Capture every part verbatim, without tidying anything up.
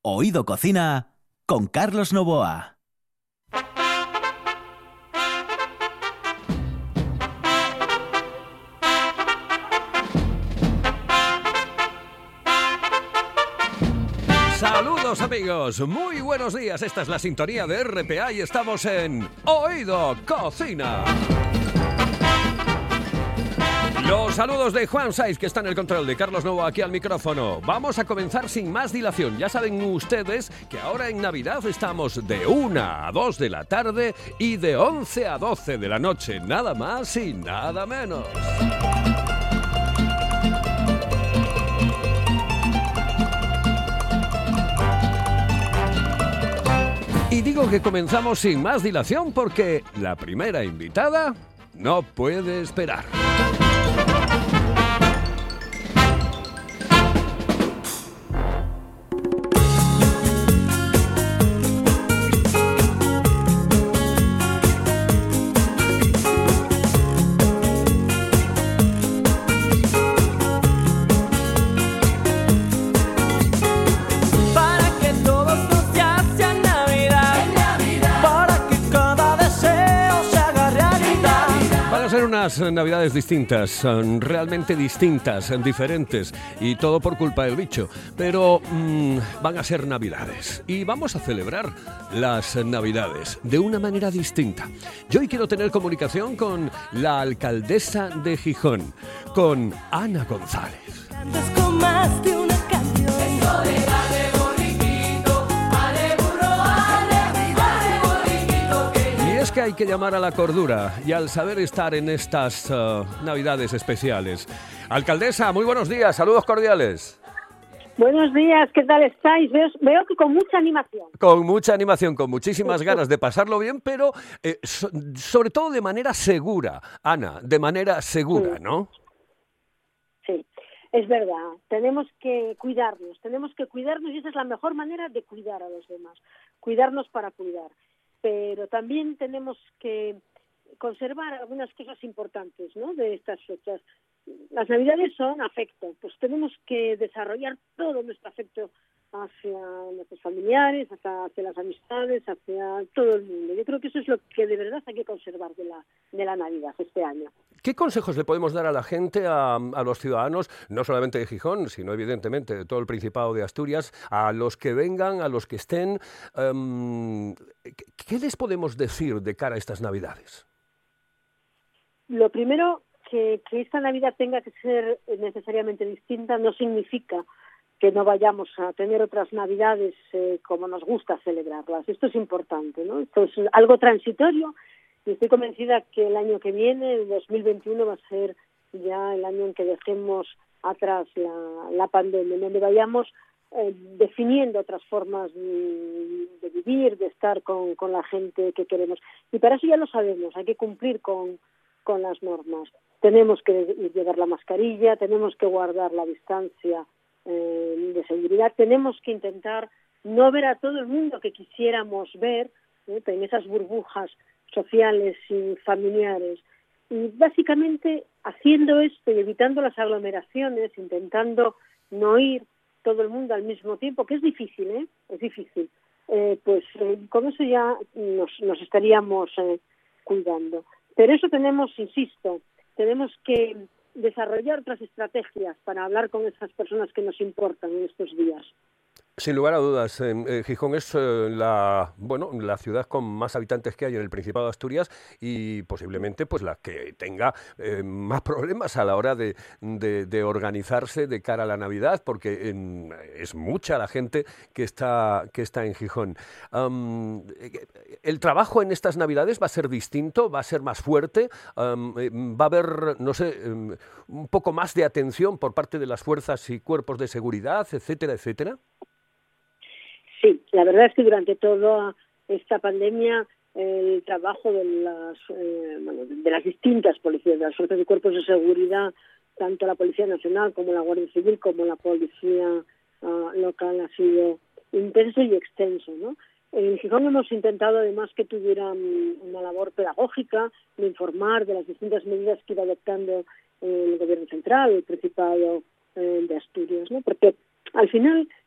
Oído Cocina con Carlos Novoa. Saludos amigos, muy buenos días, esta es la sintonía de R P A y estamos en Oído Cocina. Los saludos de Juan Saiz, que está en el control, de Carlos Novoa aquí al micrófono. Vamos a comenzar sin más dilación. Ya saben ustedes que ahora en Navidad estamos de una a dos de la tarde y de once a doce de la noche, nada más y nada menos. Y digo que comenzamos sin más dilación porque la primera invitada no puede esperar. Unas navidades distintas, son realmente distintas, diferentes, y todo por culpa del bicho, pero mmm, van a ser navidades y vamos a celebrar las navidades de una manera distinta. Yo hoy quiero tener comunicación con la alcaldesa de Gijón, con Ana González. Con más de una canción. Es que hay que llamar a la cordura y al saber estar en estas uh, navidades especiales. Alcaldesa, muy buenos días, saludos cordiales. Buenos días, ¿qué tal estáis? Veo, veo que con mucha animación. Con mucha animación, con muchísimas ganas de pasarlo bien, pero eh, so, sobre todo de manera segura, Ana, de manera segura, sí. ¿no? Sí, es verdad, tenemos que cuidarnos, tenemos que cuidarnos y esa es la mejor manera de cuidar a los demás, cuidarnos para cuidar. Pero también tenemos que conservar algunas cosas importantes, ¿no?, de estas fechas. Las Navidades son afecto, pues tenemos que desarrollar todo nuestro afecto hacia nuestros familiares, hacia, hacia las amistades, hacia todo el mundo. Yo creo que eso es lo que de verdad hay que conservar de la, de la Navidad este año. ¿Qué consejos le podemos dar a la gente, a, a los ciudadanos, no solamente de Gijón, sino evidentemente de todo el Principado de Asturias, a los que vengan, a los que estén? Um, ¿Qué les podemos decir de cara a estas Navidades? Lo primero, que, que esta Navidad tenga que ser necesariamente distinta no significa que no vayamos a tener otras Navidades eh, como nos gusta celebrarlas. Esto es importante, ¿no? Esto es algo transitorio y estoy convencida que el año que viene, el dos mil veintiuno, va a ser ya el año en que dejemos atrás la, la pandemia, en donde vayamos eh, definiendo otras formas de, de vivir, de estar con, con la gente que queremos. Y para eso ya lo sabemos, hay que cumplir con, con las normas. Tenemos que llevar la mascarilla, tenemos que guardar la distancia de seguridad, tenemos que intentar no ver a todo el mundo que quisiéramos ver, ¿eh?, en esas burbujas sociales y familiares, y básicamente haciendo esto y evitando las aglomeraciones, intentando no ir todo el mundo al mismo tiempo, que es difícil, ¿eh? es difícil, eh, pues eh, con eso ya nos, nos estaríamos eh, cuidando. Pero eso tenemos, insisto, tenemos que desarrollar otras estrategias para hablar con esas personas que nos importan en estos días. Sin lugar a dudas, eh, Gijón es eh, la bueno la ciudad con más habitantes que hay en el Principado de Asturias y posiblemente pues la que tenga eh, más problemas a la hora de, de, de organizarse de cara a la Navidad, porque eh, es mucha la gente que está que está en Gijón. Um, ¿El trabajo en estas Navidades va a ser distinto, va a ser más fuerte? Um, ¿Va a haber, no sé, um, un poco más de atención por parte de las fuerzas y cuerpos de seguridad, etcétera, etcétera? Sí, la verdad es que durante toda esta pandemia el trabajo de las, eh, bueno, de las distintas policías, de las fuerzas y cuerpos de seguridad, tanto la Policía Nacional como la Guardia Civil como la Policía uh, local, ha sido intenso y extenso, ¿no? En Gijón hemos intentado además que tuvieran una labor pedagógica, de informar de las distintas medidas que iba adoptando el Gobierno Central, el Principado eh, de Asturias, ¿no? Porque al final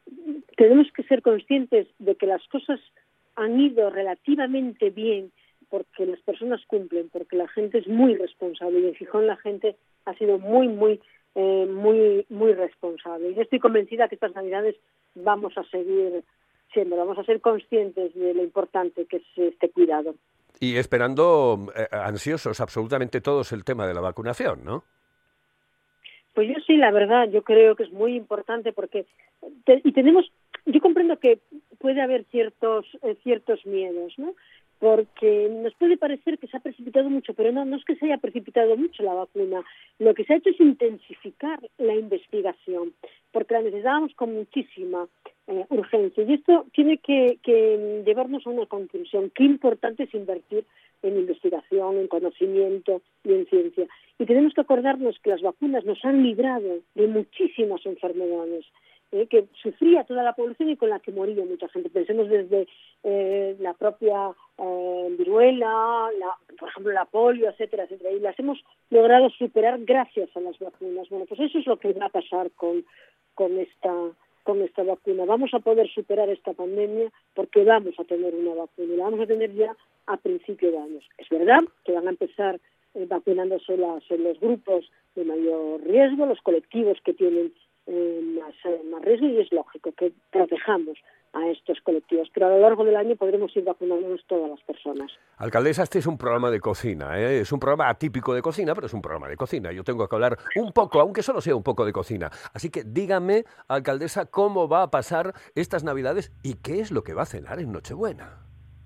tenemos que ser conscientes de que las cosas han ido relativamente bien porque las personas cumplen, porque la gente es muy responsable y en Gijón la gente ha sido muy, muy, eh, muy, muy responsable. Y yo estoy convencida que estas Navidades vamos a seguir siendo, vamos a ser conscientes de lo importante que es este cuidado. Y esperando eh, ansiosos absolutamente todos el tema de la vacunación, ¿no? Pues yo sí, la verdad, yo creo que es muy importante porque te, y tenemos, yo comprendo que puede haber ciertos eh, ciertos miedos, ¿no? Porque nos puede parecer que se ha precipitado mucho, pero no, no es que se haya precipitado mucho la vacuna. Lo que se ha hecho es intensificar la investigación, porque la necesitábamos con muchísima eh, urgencia. Y esto tiene que, que llevarnos a una conclusión. Qué importante es invertir en investigación, en conocimiento y en ciencia. Y tenemos que acordarnos que las vacunas nos han librado de muchísimas enfermedades eh, que sufría toda la población y con la que moría mucha gente. Pensemos desde eh, la propia eh, viruela, la, por ejemplo la polio, etcétera, etcétera. Y las hemos logrado superar gracias a las vacunas. Bueno, pues eso es lo que va a pasar con, con esta con esta vacuna. Vamos a poder superar esta pandemia porque vamos a tener una vacuna y la vamos a tener ya a principio de años. Es verdad que van a empezar eh, vacunándose las, los grupos de mayor riesgo, los colectivos que tienen eh, más, eh, más riesgo, y es lógico que protejamos a estos colectivos, pero a lo largo del año podremos ir vacunándonos todas las personas. Alcaldesa, este es un programa de cocina, ¿eh? Es un programa atípico de cocina, pero es un programa de cocina. Yo tengo que hablar un poco, aunque solo sea un poco de cocina. Así que dígame, alcaldesa, cómo va a pasar estas Navidades y qué es lo que va a cenar en Nochebuena.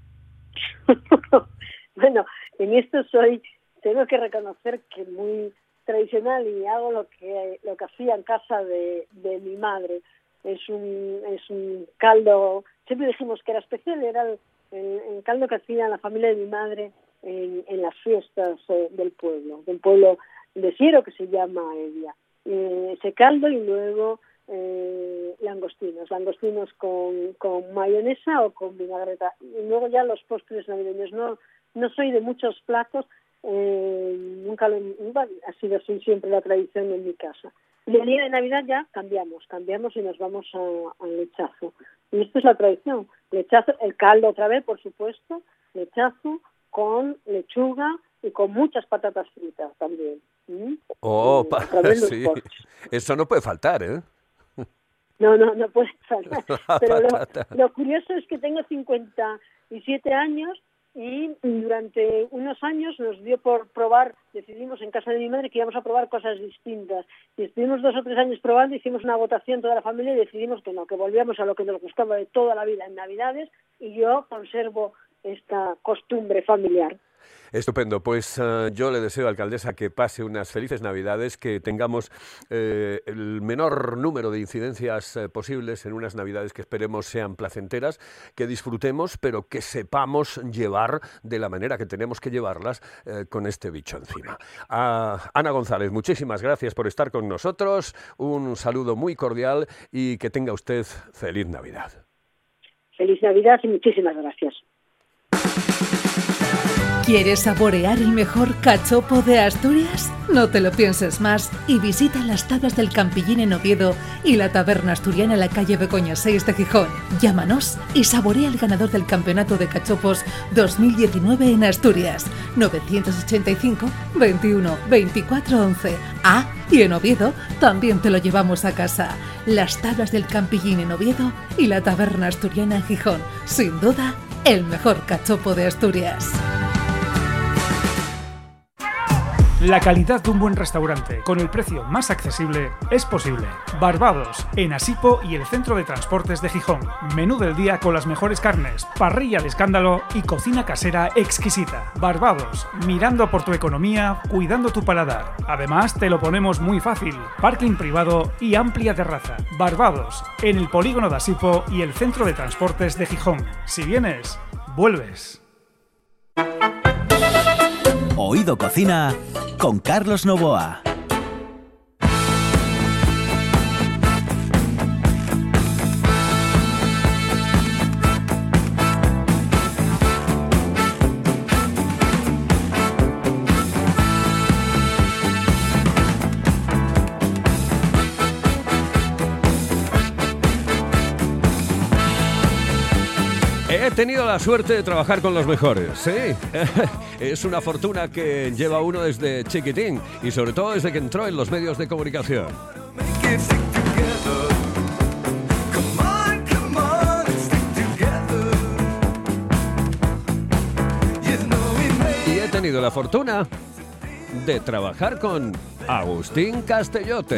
Bueno, en esto soy, tengo que reconocer que muy tradicional y hago lo que lo que hacía en casa de, de mi madre. Es un es un caldo, siempre dijimos que era especial, era el, el, el caldo que hacía la familia de mi madre en, en las fiestas eh, del pueblo, del pueblo de Siero, que se llama Evia. Eh, ese caldo y luego eh, langostinos, langostinos con, con mayonesa o con vinagreta. Y luego ya los postres navideños. No no soy de muchos platos, eh, nunca lo ha sido así siempre la tradición en mi casa. Y el día de Navidad ya cambiamos, cambiamos y nos vamos a, al lechazo. Y esto es la tradición. Lechazo, el caldo otra vez, por supuesto, lechazo con lechuga y con muchas patatas fritas también. ¿Mm? Oh, eh, sí. Eso no puede faltar, ¿eh? No, no, no puede faltar. Pero lo, lo curioso es que tengo cincuenta y siete años y durante unos años nos dio por probar, decidimos en casa de mi madre que íbamos a probar cosas distintas. Y estuvimos dos o tres años probando, hicimos una votación toda la familia y decidimos que no, que volvíamos a lo que nos gustaba de toda la vida en Navidades, y yo conservo esta costumbre familiar. Estupendo, pues uh, yo le deseo, alcaldesa, que pase unas felices Navidades, que tengamos eh, el menor número de incidencias eh, posibles en unas Navidades que esperemos sean placenteras, que disfrutemos, pero que sepamos llevar de la manera que tenemos que llevarlas eh, con este bicho encima. Uh, Ana González, muchísimas gracias por estar con nosotros, un saludo muy cordial y que tenga usted feliz Navidad. Feliz Navidad y muchísimas gracias. ¿Quieres saborear el mejor cachopo de Asturias? No te lo pienses más y visita las Tablas del Campillín en Oviedo y la Taberna Asturiana en la calle Begoña seis de Gijón. Llámanos y saborea el ganador del Campeonato de Cachopos dos mil diecinueve en Asturias. novecientos ochenta y cinco, veintiuno, veinticuatro, once. Ah, y en Oviedo también te lo llevamos a casa. Las Tablas del Campillín en Oviedo y la Taberna Asturiana en Gijón. Sin duda, el mejor cachopo de Asturias. La calidad de un buen restaurante con el precio más accesible es posible. Barbados, en Asipo y el Centro de Transportes de Gijón. Menú del día con las mejores carnes, parrilla de escándalo y cocina casera exquisita. Barbados, mirando por tu economía, cuidando tu paladar. Además, te lo ponemos muy fácil. Parking privado y amplia terraza. Barbados, en el Polígono de Asipo y el Centro de Transportes de Gijón. Si vienes, vuelves. Oído Cocina con Carlos Novoa. He tenido la suerte de trabajar con los mejores, sí. Es una fortuna que lleva uno desde chiquitín y sobre todo desde que entró en los medios de comunicación. Y he tenido la fortuna de trabajar con Agustín Castellote.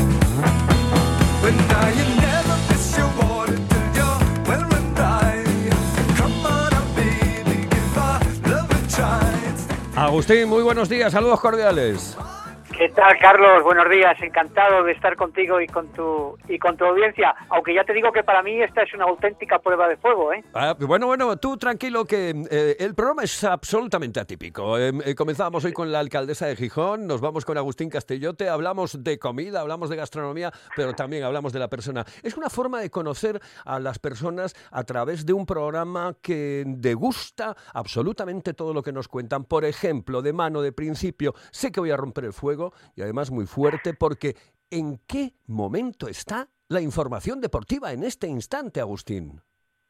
Agustín, muy buenos días, saludos cordiales. ¿Qué tal, Carlos? Buenos días, encantado de estar contigo y con tu y con tu audiencia, aunque ya te digo que para mí esta es una auténtica prueba de fuego, ¿eh? Ah, bueno, bueno, tú tranquilo que eh, el programa es absolutamente atípico. Eh, eh, comenzamos hoy con la alcaldesa de Gijón, nos vamos con Agustín Castellote, hablamos de comida, hablamos de gastronomía, pero también hablamos de la persona. Es una forma de conocer a las personas a través de un programa que degusta absolutamente todo lo que nos cuentan. Por ejemplo, de mano, de principio, sé que voy a romper el fuego, y además muy fuerte, porque ¿en qué momento está la información deportiva en este instante, Agustín?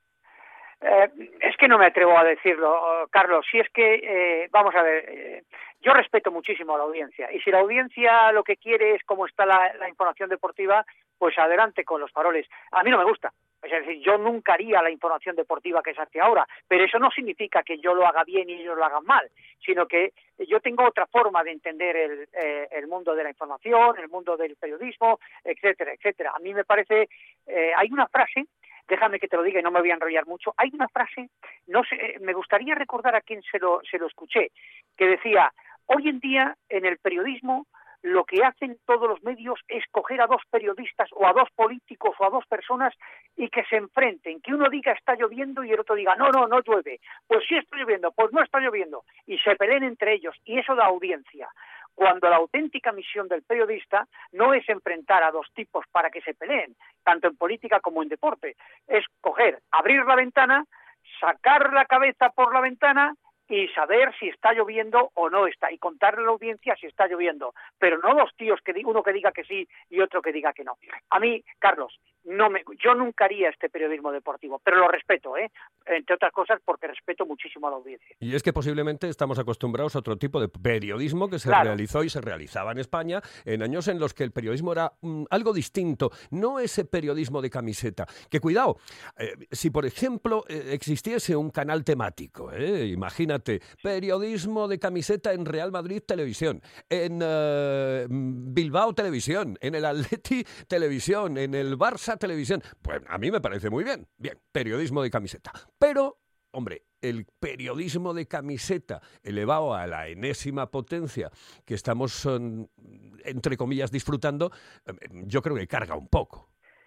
Eh, es que no me atrevo a decirlo, Carlos. Si es que, eh, vamos a ver, eh, yo respeto muchísimo a la audiencia, y si la audiencia lo que quiere es cómo está la, la información deportiva, pues adelante con los faroles. A mí no me gusta. Es decir, yo nunca haría la información deportiva que se hace ahora, pero eso no significa que yo lo haga bien y ellos lo hagan mal, sino que yo tengo otra forma de entender el, eh, el mundo de la información, el mundo del periodismo, etcétera, etcétera. A mí me parece, eh, hay una frase, déjame que te lo diga y no me voy a enrollar mucho, hay una frase, no sé, me gustaría recordar a quién se lo, se lo escuché, que decía, hoy en día en el periodismo lo que hacen todos los medios es coger a dos periodistas o a dos políticos o a dos personas y que se enfrenten, que uno diga está lloviendo y el otro diga no, no, no llueve, pues sí está lloviendo, pues no está lloviendo, y se peleen entre ellos, y eso da audiencia. Cuando la auténtica misión del periodista no es enfrentar a dos tipos para que se peleen, tanto en política como en deporte, es coger, abrir la ventana, sacar la cabeza por la ventana y saber si está lloviendo o no está, y contarle a la audiencia si está lloviendo, pero no dos tíos, que uno que diga que sí y otro que diga que no. A mí, Carlos, no me, yo nunca haría este periodismo deportivo, pero lo respeto, ¿eh? Entre otras cosas porque respeto muchísimo a la audiencia. Y es que posiblemente estamos acostumbrados a otro tipo de periodismo que se Claro. realizó y se realizaba en España en años en los que el periodismo era mm, algo distinto, no ese periodismo de camiseta. Que cuidado, eh, si por ejemplo eh, existiese un canal temático, eh, imagínate, periodismo de camiseta en Real Madrid Televisión, en eh, Bilbao Televisión, en el Atleti Televisión, en el Barça Televisión, pues a mí me parece muy bien, bien, periodismo de camiseta. Pero, hombre, el periodismo de camiseta elevado a la enésima potencia que estamos, entre comillas, disfrutando, yo creo que carga un poco.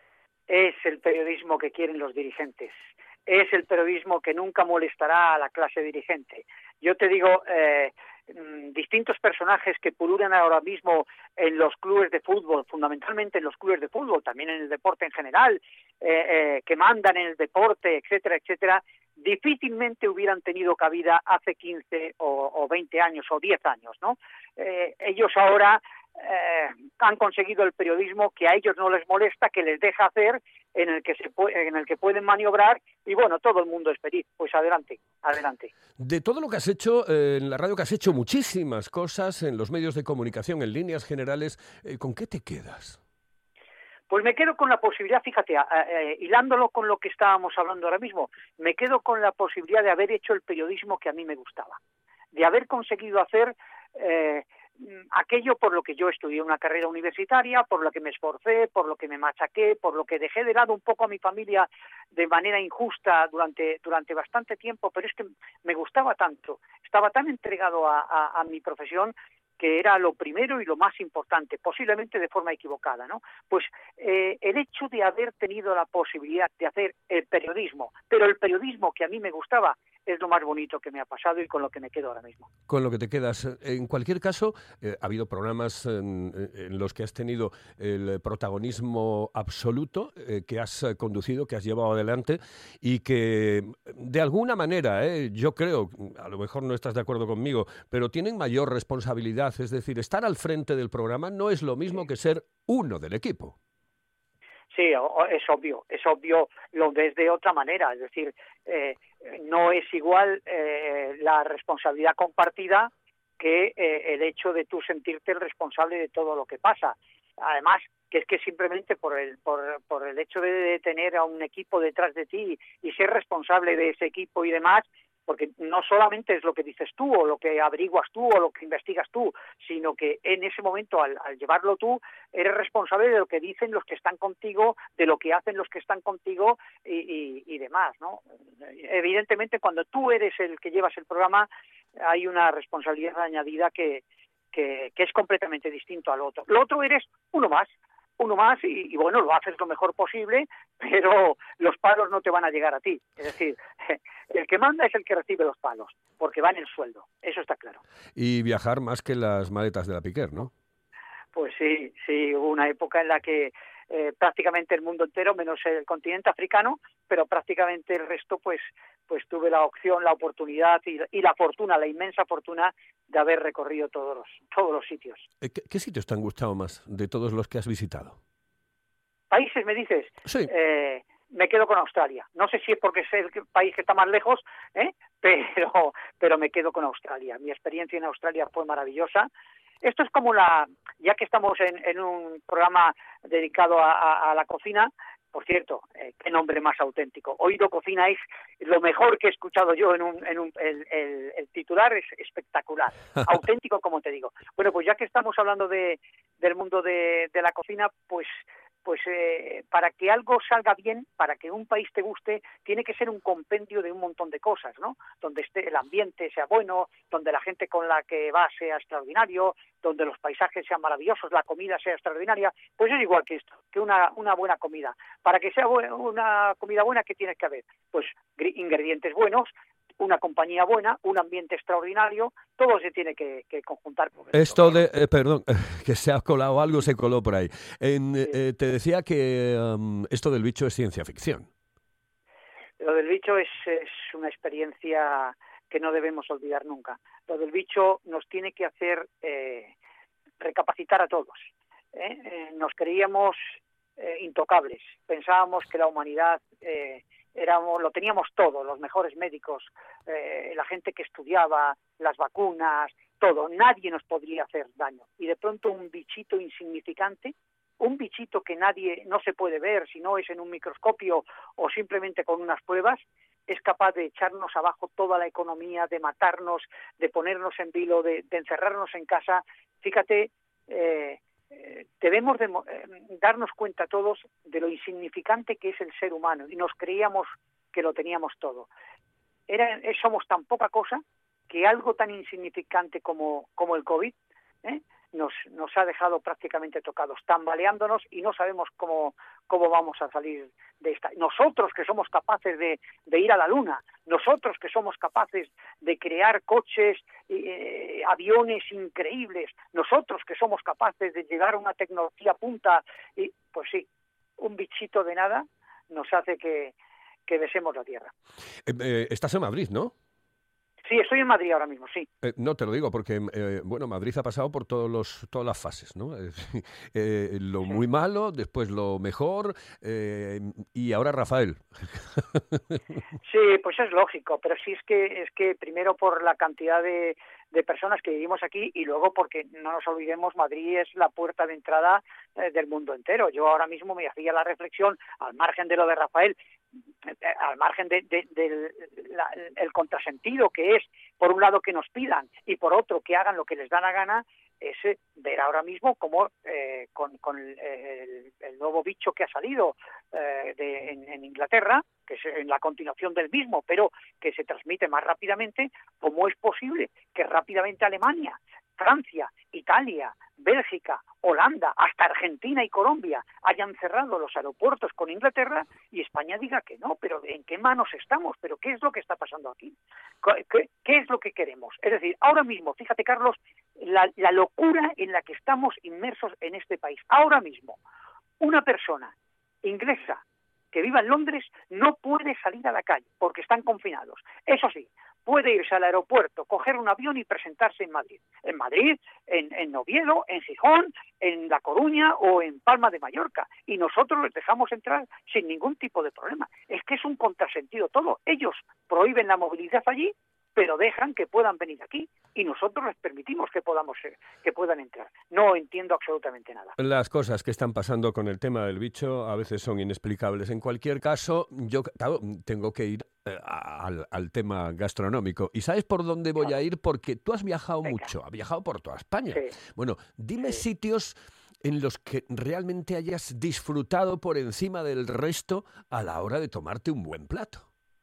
Es el periodismo que quieren los dirigentes. Es el periodismo que nunca molestará a la clase dirigente. Yo te digo, eh, distintos personajes que pululan ahora mismo en los clubes de fútbol, fundamentalmente en los clubes de fútbol, también en el deporte en general, eh, eh, que mandan en el deporte, etcétera, etcétera, difícilmente hubieran tenido cabida hace quince o, o veinte años o diez años, ¿no? Eh, ellos ahora eh, han conseguido el periodismo que a ellos no les molesta, que les deja hacer, en el que se puede, en el que pueden maniobrar, y bueno, todo el mundo es feliz. Pues adelante, adelante. De todo lo que has hecho eh, en la radio, que has hecho muchísimas cosas en los medios de comunicación, en líneas generales, eh, ¿con qué te quedas? Pues me quedo con la posibilidad, fíjate, eh, hilándolo con lo que estábamos hablando ahora mismo, me quedo con la posibilidad de haber hecho el periodismo que a mí me gustaba, de haber conseguido hacer eh, aquello por lo que yo estudié una carrera universitaria, por lo que me esforcé, por lo que me machaqué, por lo que dejé de lado un poco a mi familia de manera injusta durante, durante bastante tiempo, pero es que me gustaba tanto, estaba tan entregado a, a, a mi profesión, que era lo primero y lo más importante, posiblemente de forma equivocada, ¿no? Pues eh, el hecho de haber tenido la posibilidad de hacer el periodismo, pero el periodismo que a mí me gustaba, es lo más bonito que me ha pasado y con lo que me quedo ahora mismo. Con lo que te quedas. En cualquier caso, eh, ha habido programas en, en los que has tenido el protagonismo absoluto, eh, que has conducido, que has llevado adelante y que de alguna manera, eh, yo creo, a lo mejor no estás de acuerdo conmigo, pero tienen mayor responsabilidad. Es decir, estar al frente del programa no es lo mismo que ser uno del equipo. Sí, es obvio, es obvio, lo ves de otra manera, es decir, eh, no es igual eh, la responsabilidad compartida que eh, el hecho de tú sentirte el responsable de todo lo que pasa. Además, que es que simplemente por el por, por el hecho de tener a un equipo detrás de ti y ser responsable de ese equipo y demás, porque no solamente es lo que dices tú o lo que averiguas tú o lo que investigas tú, sino que en ese momento al, al llevarlo tú eres responsable de lo que dicen los que están contigo, de lo que hacen los que están contigo y, y, y demás, ¿no? Evidentemente cuando tú eres el que llevas el programa hay una responsabilidad añadida que, que, que es completamente distinto al otro. Lo otro eres uno más, uno más y, y bueno, lo haces lo mejor posible, pero los palos no te van a llegar a ti. Es decir, el que manda es el que recibe los palos, porque va en el sueldo, eso está claro. Y viajar más que las maletas de la Piquer, ¿no? Pues sí, sí, hubo una época en la que eh, prácticamente el mundo entero, menos el continente africano, pero prácticamente el resto, pues pues tuve la opción, la oportunidad y, y la fortuna, la inmensa fortuna de haber recorrido todos los, todos los sitios. ¿Qué, ¿Qué sitios te han gustado más de todos los que has visitado? ¿Países, me dices? Sí. Eh, me quedo con Australia. No sé si es porque es el país que está más lejos, ¿eh? pero, pero me quedo con Australia. Mi experiencia en Australia fue maravillosa. Esto es como la, ya que estamos en, en un programa dedicado a, a, a la cocina, por cierto, eh, qué nombre más auténtico. Oído Cocina es lo mejor que he escuchado yo en un, en un el, el, el titular es espectacular, auténtico como te digo. Bueno, pues ya que estamos hablando de del mundo de, de la cocina, pues pues eh, para que algo salga bien, para que un país te guste, tiene que ser un compendio de un montón de cosas, ¿no? Donde esté el ambiente sea bueno, donde la gente con la que va sea extraordinario, donde los paisajes sean maravillosos, la comida sea extraordinaria. Pues es igual que esto, que una, una buena comida. Para que sea bu- una comida buena, ¿qué tiene que haber? Pues ingredientes buenos, una compañía buena, un ambiente extraordinario, todo se tiene que, que conjuntar. Esto de, eh, perdón, que se ha colado algo, se coló por ahí. En, Sí. eh, te decía que um, esto del bicho es ciencia ficción. Lo del bicho es, es una experiencia que no debemos olvidar nunca. Lo del bicho nos tiene que hacer eh, recapacitar a todos. ¿eh? Eh, nos creíamos eh, intocables, pensábamos que la humanidad... Eh, Éramos, lo teníamos todo, los mejores médicos, eh, la gente que estudiaba, las vacunas, todo, nadie nos podría hacer daño. Y de pronto un bichito insignificante, un bichito que nadie, no se puede ver si no es en un microscopio o simplemente con unas pruebas, es capaz de echarnos abajo toda la economía, de matarnos, de ponernos en vilo, de, de encerrarnos en casa. Fíjate, eh, Eh, debemos de, eh, darnos cuenta todos de lo insignificante que es el ser humano y nos creíamos que lo teníamos todo. Era, eh, somos tan poca cosa que algo tan insignificante como, como el COVID ¿eh? nos, nos ha dejado prácticamente tocados, tambaleándonos y no sabemos cómo, cómo vamos a salir de esta. Nosotros que somos capaces de, de ir a la luna, nosotros que somos capaces de crear coches, eh, aviones increíbles, nosotros que somos capaces de llegar a una tecnología punta, y pues sí, un bichito de nada nos hace que, que besemos la tierra. Eh, eh, estás en Madrid, ¿no? Sí, estoy en Madrid ahora mismo, sí. Eh, no, te lo digo porque, eh, bueno, Madrid ha pasado por todos los, todas las fases, ¿no? Eh, eh, lo Sí. muy malo, después lo mejor eh, y ahora Rafael. Sí, pues es lógico, pero sí es que es que primero por la cantidad de, de personas que vivimos aquí y luego porque no nos olvidemos, Madrid es la puerta de entrada eh, del mundo entero. Yo ahora mismo me hacía la reflexión, al margen de lo de Rafael, eh, al margen de, de, de la, el contrasentido que es, por un lado que nos pidan y por otro que hagan lo que les da la gana, es eh, ver ahora mismo cómo eh, con, con el, el, el nuevo bicho que ha salido eh, de, en, en Inglaterra, que es en la continuación del mismo, pero que se transmite más rápidamente, cómo es posible que rápidamente Alemania, Francia, Italia, Bélgica, Holanda, hasta Argentina y Colombia hayan cerrado los aeropuertos con Inglaterra y España diga que no, pero ¿en qué manos estamos? ¿Pero qué es lo que está pasando aquí? ¿Qué, qué es lo que queremos? Es decir, ahora mismo, fíjate Carlos, la, la locura en la que estamos inmersos en este país. Ahora mismo, una persona inglesa que viva en Londres no puede salir a la calle porque están confinados. Eso sí, puede irse al aeropuerto, coger un avión y presentarse en Madrid. En Madrid, en, en Oviedo, en Gijón, en La Coruña o en Palma de Mallorca, y nosotros les dejamos entrar sin ningún tipo de problema. Es que es un contrasentido todo. Ellos prohíben la movilidad allí, pero dejan que puedan venir aquí, y nosotros les permitimos que podamos que puedan entrar. No entiendo absolutamente nada. Las cosas que están pasando con el tema del bicho a veces son inexplicables. En cualquier caso, yo claro, tengo que ir eh, al, al tema gastronómico. ¿Y sabes por dónde voy a ir? Porque tú has viajado Venga. mucho, has viajado por toda España. Sí. Bueno, dime Sí. sitios en los que realmente hayas disfrutado por encima del resto a la hora de tomarte un buen plato.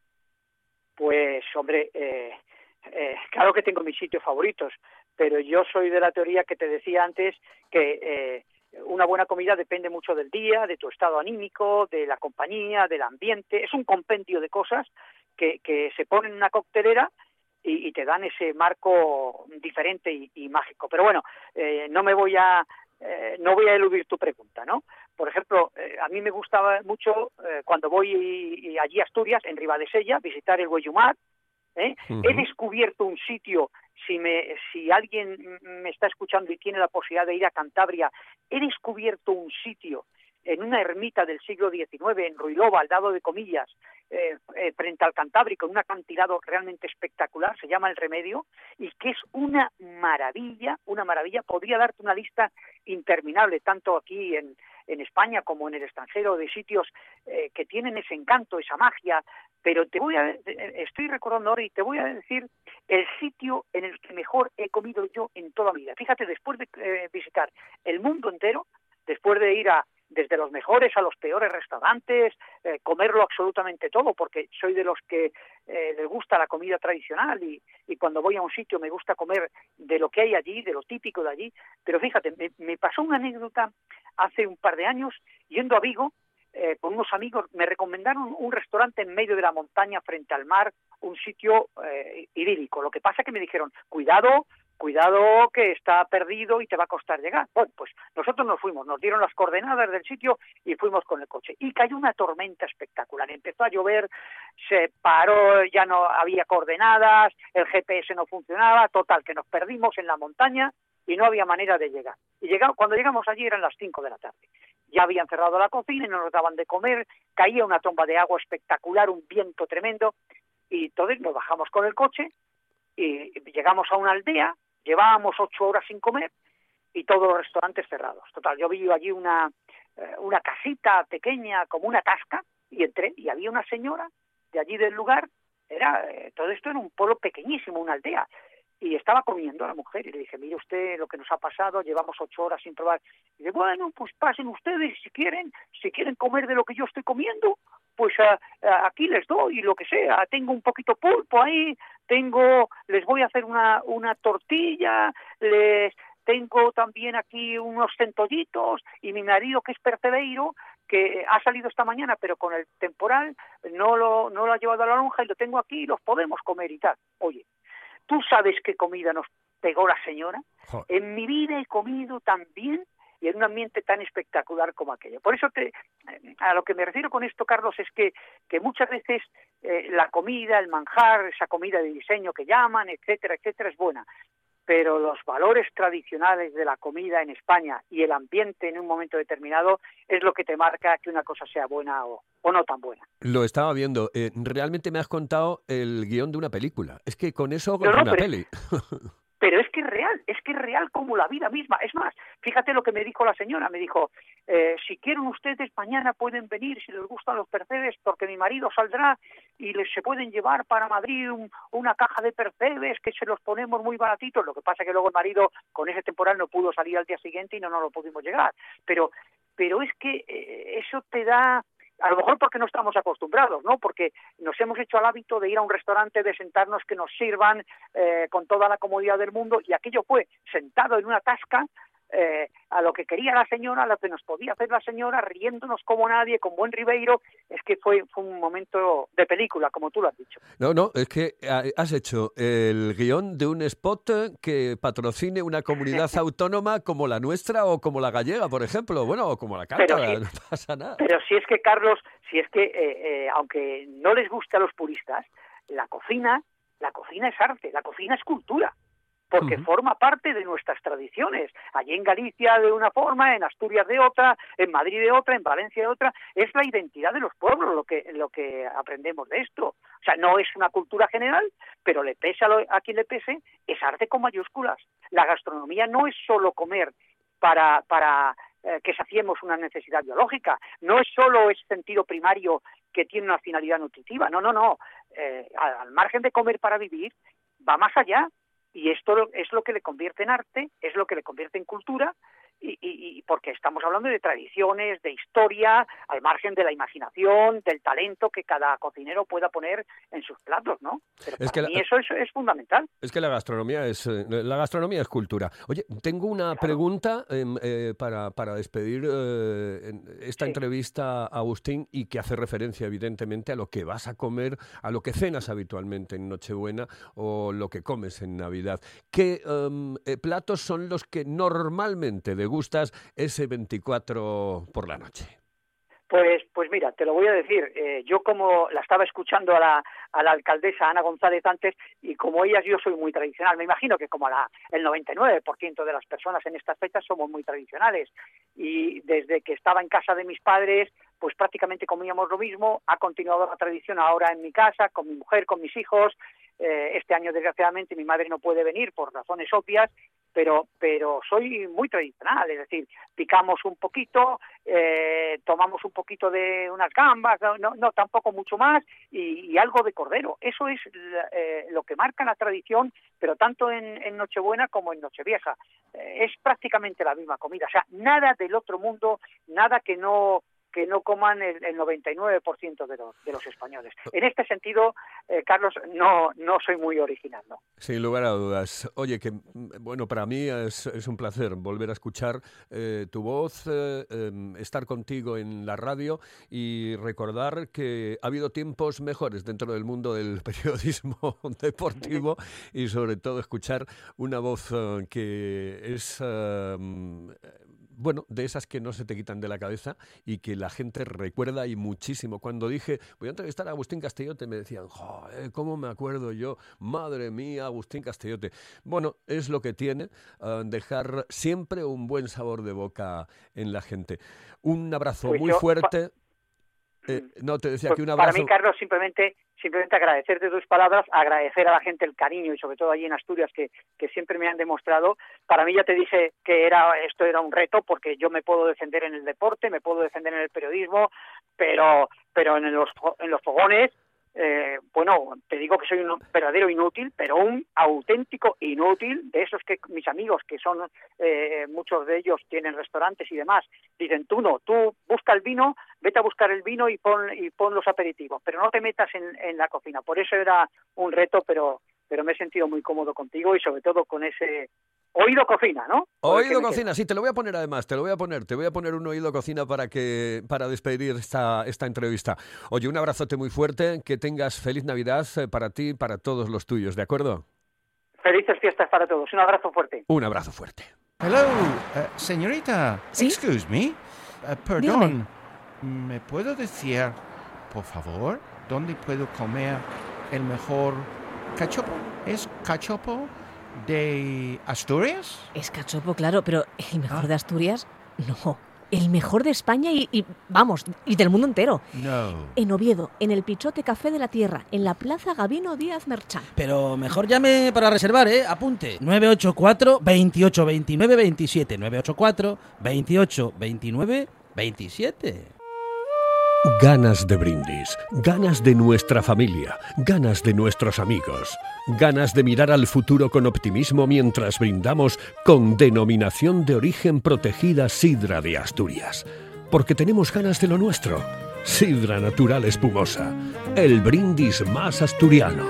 Pues, hombre, eh, eh, claro que tengo mis sitios favoritos, pero yo soy de la teoría que te decía antes, que eh, una buena comida depende mucho del día, de tu estado anímico, de la compañía, del ambiente. Es un compendio de cosas que, que se ponen en una coctelera y, y te dan ese marco diferente y, y mágico. Pero bueno, eh, no me voy a... Eh, no voy a eludir tu pregunta, ¿no? Por ejemplo, eh, a mí me gustaba mucho eh, cuando voy y, y allí a Asturias, en Ribadesella, visitar el Güellumar. ¿eh? Uh-huh. He descubierto un sitio, si, me, si alguien me está escuchando y tiene la posibilidad de ir a Cantabria, he descubierto un sitio en una ermita del siglo diecinueve, en Ruilova, al lado de Comillas, eh, eh, frente al Cantábrico, en un acantilado realmente espectacular, se llama El Remedio, y que es una maravilla, una maravilla. Podría darte una lista interminable, tanto aquí en, en España como en el extranjero, de sitios eh, que tienen ese encanto, esa magia, pero te voy a, estoy recordando ahora y te voy a decir el sitio en el que mejor he comido yo en toda mi vida. Fíjate, después de eh, visitar el mundo entero, después de ir a desde los mejores a los peores restaurantes, eh, comerlo absolutamente todo, porque soy de los que eh, les gusta la comida tradicional y, y cuando voy a un sitio me gusta comer de lo que hay allí, de lo típico de allí. Pero fíjate, me, me pasó una anécdota hace un par de años, yendo a Vigo, eh, con unos amigos, me recomendaron un restaurante en medio de la montaña, frente al mar, un sitio eh, idílico. Lo que pasa es que me dijeron, cuidado, cuidado que está perdido y te va a costar llegar. Bueno, pues nosotros nos fuimos, nos dieron las coordenadas del sitio y fuimos con el coche. Y cayó una tormenta espectacular, empezó a llover, se paró, ya no había coordenadas, el G P S no funcionaba, total, que nos perdimos en la montaña y no había manera de llegar. Y llegamos, cuando llegamos allí eran las cinco de la tarde. Ya habían cerrado la cocina y no nos daban de comer, caía una tromba de agua espectacular, un viento tremendo, y entonces nos bajamos con el coche y llegamos a una aldea. Llevábamos ocho horas sin comer y todos los restaurantes cerrados. Total, yo vi allí una, eh, una casita pequeña, como una tasca, y entré y había una señora de allí del lugar. Era eh, todo esto era un pueblo pequeñísimo, una aldea. Y estaba comiendo a la mujer y le dije, mire usted lo que nos ha pasado, llevamos ocho horas sin probar. Y dice, bueno, pues pasen ustedes si quieren, si quieren comer de lo que yo estoy comiendo, pues uh, uh, aquí les doy lo que sea. Tengo un poquito pulpo ahí, tengo, les voy a hacer una, una tortilla, les tengo también aquí unos centollitos, y mi marido, que es percebeiro, que ha salido esta mañana, pero con el temporal no lo, no lo ha llevado a la lonja y lo tengo aquí y los podemos comer y tal. Oye, ¿tú sabes qué comida nos pegó la señora? Joder. En mi vida he comido tan bien y en un ambiente tan espectacular como aquello. Por eso te, a lo que me refiero con esto, Carlos, es que, que muchas veces eh, la comida, el manjar, esa comida de diseño que llaman, etcétera, etcétera, es buena. Pero los valores tradicionales de la comida en España y el ambiente en un momento determinado es lo que te marca que una cosa sea buena o, o no tan buena. Lo estaba viendo. Eh, realmente me has contado el guión de una película. Es que con eso hago No, no, una pero- peli. Pero es que es real, es que es real como la vida misma. Es más, fíjate lo que me dijo la señora, me dijo, eh, si quieren ustedes mañana pueden venir, si les gustan los percebes, porque mi marido saldrá y les se pueden llevar para Madrid un, una caja de percebes que se los ponemos muy baratitos. Lo que pasa es que luego el marido con ese temporal no pudo salir al día siguiente y no nos lo pudimos llegar. Pero, pero es que eh, eso te da... A lo mejor porque no estamos acostumbrados, ¿no? Porque nos hemos hecho al hábito de ir a un restaurante, de sentarnos, que nos sirvan eh, con toda la comodidad del mundo, y aquello fue sentado en una tasca, eh, a lo que quería la señora, a lo que nos podía hacer la señora, riéndonos como nadie, con buen ribeiro. Es que fue, fue un momento de película, como tú lo has dicho. No, no, es que has hecho el guión de un spot que patrocine una comunidad autónoma como la nuestra o como la gallega, por ejemplo. Bueno, o como la cántabra, Pero sí. no pasa nada. Pero si es que, Carlos, si es que, eh, eh, aunque no les guste a los puristas, la cocina, la cocina es arte, la cocina es cultura. porque uh-huh. forma parte de nuestras tradiciones. Allí en Galicia de una forma, en Asturias de otra, en Madrid de otra, en Valencia de otra. Es la identidad de los pueblos lo que lo que aprendemos de esto. O sea, no es una cultura general, pero le pese a, lo, a quien le pese, es arte con mayúsculas. La gastronomía no es solo comer para para eh, que saciemos una necesidad biológica, no es solo ese sentido primario que tiene una finalidad nutritiva, no, no, no. Eh, al, al margen de comer para vivir, va más allá. Y esto es lo que le convierte en arte, es lo que le convierte en cultura, y, y, y porque estamos hablando de tradiciones, de historia, al margen de la imaginación, del talento que cada cocinero pueda poner en sus platos, ¿no? Pero es para que mí la, eso es, es fundamental. Es que la gastronomía es la gastronomía es cultura. Oye, tengo una claro. pregunta eh, eh, para, para despedir eh, esta sí. entrevista, Agustín, y que hace referencia evidentemente a lo que vas a comer, a lo que cenas habitualmente en Nochebuena o lo que comes en Navidad. ¿Qué um, eh, platos son los que normalmente degustas ese veinticuatro por la noche? Pues, pues mira, te lo voy a decir. Eh, yo como la estaba escuchando a la, a la alcaldesa Ana González antes, y como ellas yo soy muy tradicional. Me imagino que como la, el noventa y nueve por ciento de las personas en estas fechas somos muy tradicionales. Y desde que estaba en casa de mis padres, pues prácticamente comíamos lo mismo. Ha continuado la tradición ahora en mi casa, con mi mujer, con mis hijos. Eh, este año, desgraciadamente, mi madre no puede venir por razones obvias, pero pero soy muy tradicional, es decir, picamos un poquito, eh, tomamos un poquito de unas gambas, no, no, no tampoco mucho más, y, y algo de cordero. Eso es eh, lo que marca la tradición, pero tanto en, en Nochebuena como en Nochevieja. Eh, es prácticamente la misma comida, o sea, nada del otro mundo, nada que no... que no coman el, el noventa y nueve por ciento de los, de los españoles. En este sentido, eh, Carlos, no no soy muy original, ¿no? Sin lugar a dudas. Oye, que bueno, para mí es, es un placer volver a escuchar eh, tu voz, eh, eh, estar contigo en la radio y recordar que ha habido tiempos mejores dentro del mundo del periodismo deportivo y sobre todo escuchar una voz eh, que es... Eh, bueno, de esas que no se te quitan de la cabeza y que la gente recuerda y muchísimo. Cuando dije, voy a entrevistar a Agustín Castellote, me decían, joder, ¿cómo me acuerdo yo? Madre mía, Agustín Castellote. Bueno, es lo que tiene uh, dejar siempre un buen sabor de boca en la gente. Un abrazo pues muy yo, fuerte. Pa- eh, no, te decía pues que un abrazo... Para mí, Carlos, simplemente... Simplemente agradecerte tus palabras, agradecer a la gente el cariño y sobre todo allí en Asturias que, que siempre me han demostrado. Para mí ya te dije que era esto era un reto porque yo me puedo defender en el deporte, me puedo defender en el periodismo, pero pero en los en los fogones, eh, bueno, te digo que soy un verdadero inútil, pero un auténtico inútil de esos que mis amigos, que son eh, muchos de ellos tienen restaurantes y demás, dicen tú no, tú busca el vino, vete a buscar el vino y pon y pon los aperitivos, pero no te metas en, en la cocina. Por eso era un reto, pero pero me he sentido muy cómodo contigo y sobre todo con ese oído cocina, ¿no? Oído cocina, sí, te lo voy a poner además, te lo voy a poner, te voy a poner un oído cocina para que para despedir esta esta entrevista. Oye, un abrazote muy fuerte, que tengas feliz Navidad para ti y para todos los tuyos, ¿de acuerdo? Felices fiestas para todos, un abrazo fuerte. Un abrazo fuerte. Hello, uh, señorita, ¿Sí? excuse me, uh, perdón, Dígame. ¿me puedo decir, por favor, dónde puedo comer el mejor cachopo? ¿Es cachopo de Asturias? Es cachopo, claro, pero ¿el mejor Ah. de Asturias? No, el mejor de España y, y, vamos, y del mundo entero. No. En Oviedo, en el Pichote Café de la Tierra, en la Plaza Gabino Díaz Merchán. Pero mejor llame para reservar, ¿eh? Apunte. nueve ocho cuatro, veintiocho veintinueve veintisiete. nueve ocho cuatro, veintiocho veintinueve veintisiete. Ganas de brindis, ganas de nuestra familia, ganas de nuestros amigos, ganas de mirar al futuro con optimismo mientras brindamos con denominación de origen protegida Sidra de Asturias. Porque tenemos ganas de lo nuestro. Sidra Natural Espumosa, el brindis más asturiano.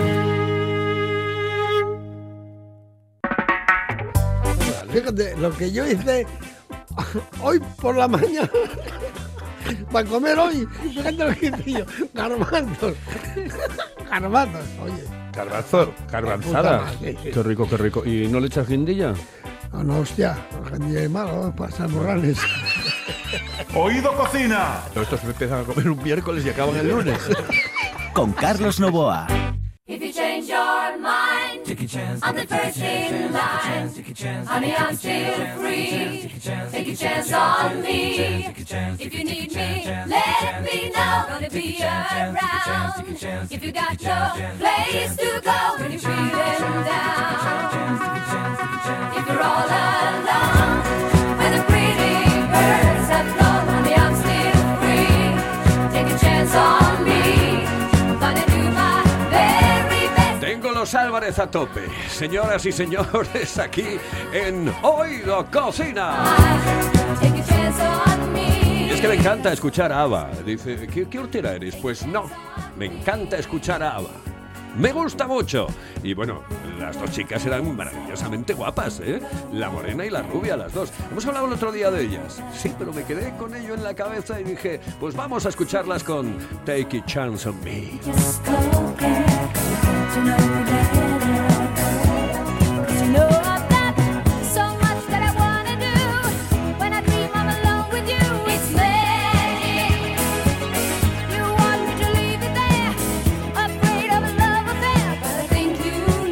Fíjate, lo que yo hice hoy por la mañana para comer hoy, fíjate lo que hice yo, garbanzos, garbanzos, oye. Garbanzo, garbanzada. Sí, sí. Qué rico, qué rico. ¿Y no le echas guindilla? No, no, hostia, guindilla es malo, pasa morrales. Oído Cocina. Estos empiezan a comer un miércoles y acaban el lunes. Con Carlos Novoa. If you change your mind I'm the first in line. Honey, I'm still free. Take a chance on me. If you need me, let me know. Gonna be around. If you got no place to go when you're feeling down. If you're all alone, when the pretty birds have flown, honey, I'm still free. Take a chance on me. Gonna do my very best. Tengo los Álvarez a tope, señoras y señores, aquí en Oído Cocina. Take a chance on me. Y es que me encanta escuchar a ABBA. Dice, ¿qué, qué hortera eres? Pues no, me encanta escuchar a ABBA. Me gusta mucho. Y bueno, las dos chicas eran maravillosamente guapas, ¿eh? La morena y la rubia, las dos. Hemos hablado el otro día de ellas. Sí, pero me quedé con ello en la cabeza y dije, pues vamos a escucharlas con Take a Chance on Me. Just go get to know you better. 'Cause you know I've got so much that I wanna do. When I dream I'm alone with you, it's me. You want me to leave it there, afraid of a love affair, but I think you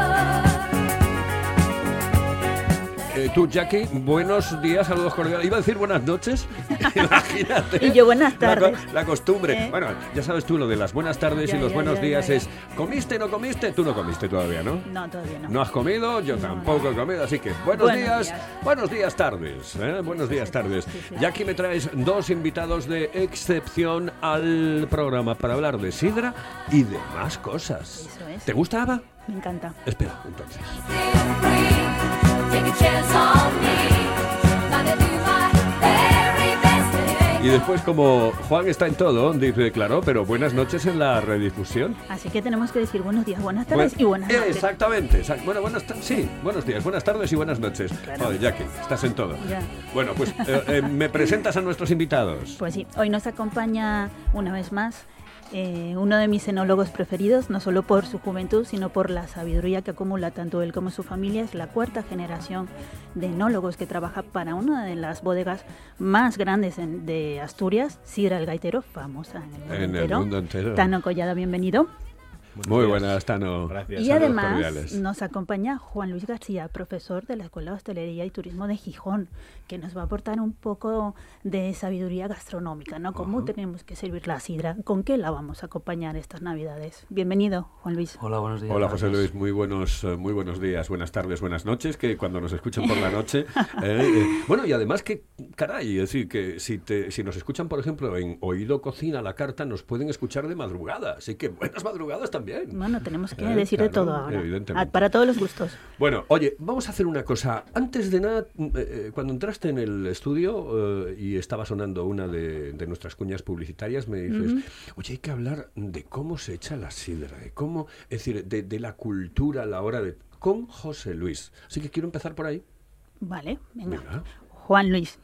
know. Eh, tú, Jackie, buenos días, saludos cordiales. Iba a decir buenas noches, imagínate. Y yo buenas tardes. La, co- la costumbre. ¿Eh? Bueno, ya sabes tú, lo de las buenas tardes Ya, y los ya, buenos ya, días ya, ya. es ¿comiste, no comiste? Tú no comiste todavía, ¿no? No, todavía no. ¿No has comido? Yo tampoco he comido, así que buenos, Buenos días, días. buenos días tardes, ¿eh? Buenos días tardes. sí, sí. Y aquí me traes dos invitados de excepción al programa para hablar de sidra y de más cosas. Eso es. ¿Te gusta, ABBA? Me encanta. Espera, entonces. Take a chance on me. Gonna do my very best. It ain't Y después, como Juan está en todo, dice, claro, pero buenas noches en la redifusión. Así que tenemos que decir buenos días, buenas tardes Buen- y buenas noches. Exactamente. exact- Bueno, buenas ta- sí, buenos días, buenas tardes y buenas noches. Claro. Joder, Jackie, estás en todo. Ya. Bueno, pues eh, eh, me presentas a nuestros invitados. Pues sí, hoy nos acompaña una vez más eh, uno de mis enólogos preferidos, no solo por su juventud, sino por la sabiduría que acumula tanto él como su familia. Es la cuarta generación de enólogos que trabaja para una de las bodegas más grandes en- de Asturias, Sidra el Gaitero, famosa en el mundo En el entero. mundo entero. Tano Collada, bienvenido. Muy buenas, Tano. Gracias. Y Saludos además cordiales. nos acompaña Juan Luis García, profesor de la Escuela de Hostelería y Turismo de Gijón, que nos va a aportar un poco de sabiduría gastronómica, ¿no? Cómo tenemos que servir la sidra, con qué la vamos a acompañar estas Navidades. Bienvenido, Juan Luis. Hola, buenos días. Hola, José gracias. Luis, muy buenos, eh, muy buenos días, buenas tardes, buenas noches, que cuando nos escuchan por la noche... eh, eh, bueno, y además que, caray, es decir, que si, te, si nos escuchan, por ejemplo, en Oído Cocina, la carta, nos pueden escuchar de madrugada, así que buenas madrugadas también. Bueno, tenemos que Eh, decir de claro, todo ahora, evidentemente. Ah, para todos los gustos. Bueno, oye, vamos a hacer una cosa. Antes de nada, eh, eh, cuando entraste en el estudio eh, y estaba sonando una de, de nuestras cuñas publicitarias, me dices, Ujú. oye, hay que hablar de cómo se echa la sidra, de cómo, es decir, de, de la cultura a la hora de... con José Luis. Así que quiero empezar por ahí. Vale, venga. Venga. Juan Luis.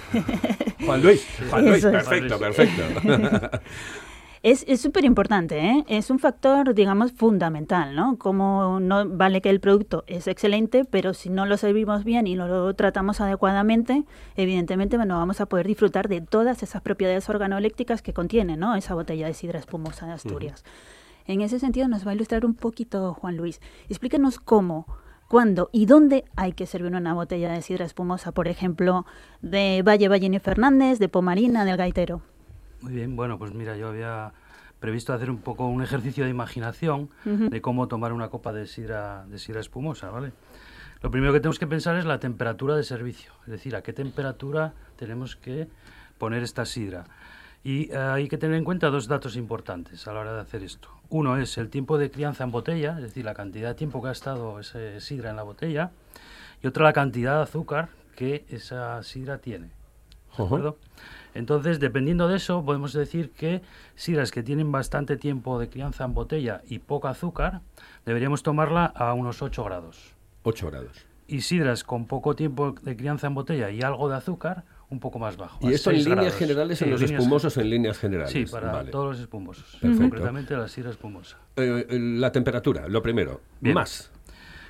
Juan Luis, Juan Luis, Eso es. perfecto, perfecto. Es es súper importante, ¿eh? Es un factor, digamos, fundamental, ¿no? Como no vale que el producto es excelente, pero si no lo servimos bien y no lo tratamos adecuadamente, evidentemente no vamos a poder disfrutar de todas esas propiedades organolépticas que contiene, ¿no? Esa botella de sidra espumosa de Asturias. En ese sentido nos va a ilustrar un poquito Juan Luis. Explíquenos cómo, cuándo y dónde hay que servir una botella de sidra espumosa, por ejemplo, de Valle Ballini Fernández, de Pomarina, del Gaitero. Muy bien, bueno, pues mira, yo había previsto hacer un poco un ejercicio de imaginación Ujú. de cómo tomar una copa de sidra, de sidra espumosa, ¿vale? Lo primero que tenemos que pensar es la temperatura de servicio, es decir, a qué temperatura tenemos que poner esta sidra. Y eh, hay que tener en cuenta dos datos importantes a la hora de hacer esto. Uno es el tiempo de crianza en botella, es decir, la cantidad de tiempo que ha estado esa sidra en la botella, y otra la cantidad de azúcar que esa sidra tiene. ¿De acuerdo? Entonces, dependiendo de eso, podemos decir que sidras que tienen bastante tiempo de crianza en botella y poco azúcar, deberíamos tomarla a unos ocho grados. ocho grados. Y sidras con poco tiempo de crianza en botella y algo de azúcar, un poco más bajo. Y a esto en seis líneas grados. generales, Sí, en los líneas espumosos, gen- en líneas generales. Sí, para Vale. todos los espumosos. Perfecto. Concretamente la sidra espumosa. Eh, la temperatura, lo primero. Bien. Más.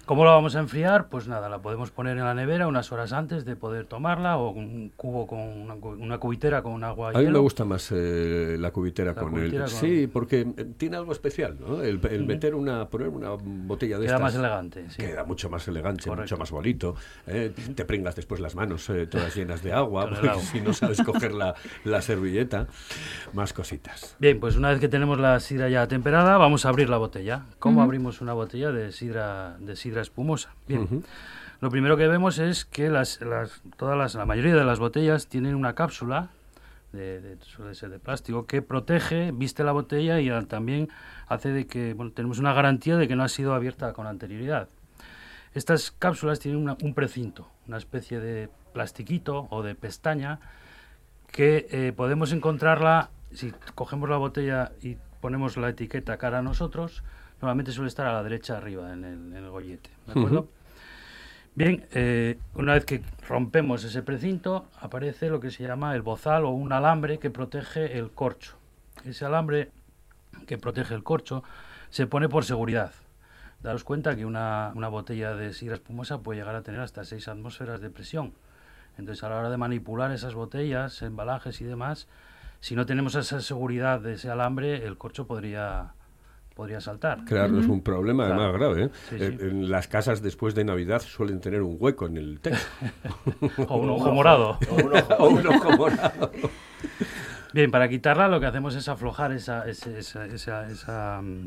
¿Cómo la vamos a enfriar? Pues nada, la podemos poner en la nevera unas horas antes de poder tomarla, o un cubo con una, una cubitera con agua y A mí hielo. me gusta más eh, la cubitera La con cubitera el... con- Sí, porque eh, tiene algo especial, ¿no? El, el Ujú. meter una, poner una botella de Queda estas... más elegante, sí. Queda mucho más elegante, Correcto. mucho más bonito. ¿eh? Te pringas después las manos eh, todas llenas de agua, Con el porque agua. si no sabes coger la, la servilleta. Más cositas. Bien, pues una vez que tenemos la sidra ya temperada, vamos a abrir la botella. ¿Cómo Ujú. abrimos una botella de sidra, de sidra espumosa? Bien. Ujú. Lo primero que vemos es que las, las, todas las, la mayoría de las botellas tienen una cápsula, de, de- suele ser de plástico, que protege, viste la botella y ah, también hace de que, bueno, tenemos una garantía de que no ha sido abierta con anterioridad. Estas cápsulas tienen una- un precinto, una especie de plastiquito o de pestaña que eh, podemos encontrarla si cogemos la botella y ponemos la etiqueta cara a nosotros. Normalmente suele estar a la derecha arriba en el, en el gollete, ¿de acuerdo? Ujú. Bien, eh, una vez que rompemos ese precinto, aparece lo que se llama el bozal o un alambre que protege el corcho. Ese alambre que protege el corcho se pone por seguridad. Daros cuenta que una, una botella de sidra espumosa puede llegar a tener hasta seis atmósferas de presión. Entonces, a la hora de manipular esas botellas, embalajes y demás, si no tenemos esa seguridad de ese alambre, el corcho podría, podría saltar. Crearnos un problema Claro. además grave. ¿eh? Sí, Eh, sí. En las casas después de Navidad suelen tener un hueco en el techo. O un ojo morado. O un ojo, o un ojo morado. Bien, para quitarla lo que hacemos es aflojar esa, ese, esa, esa, esa, mm,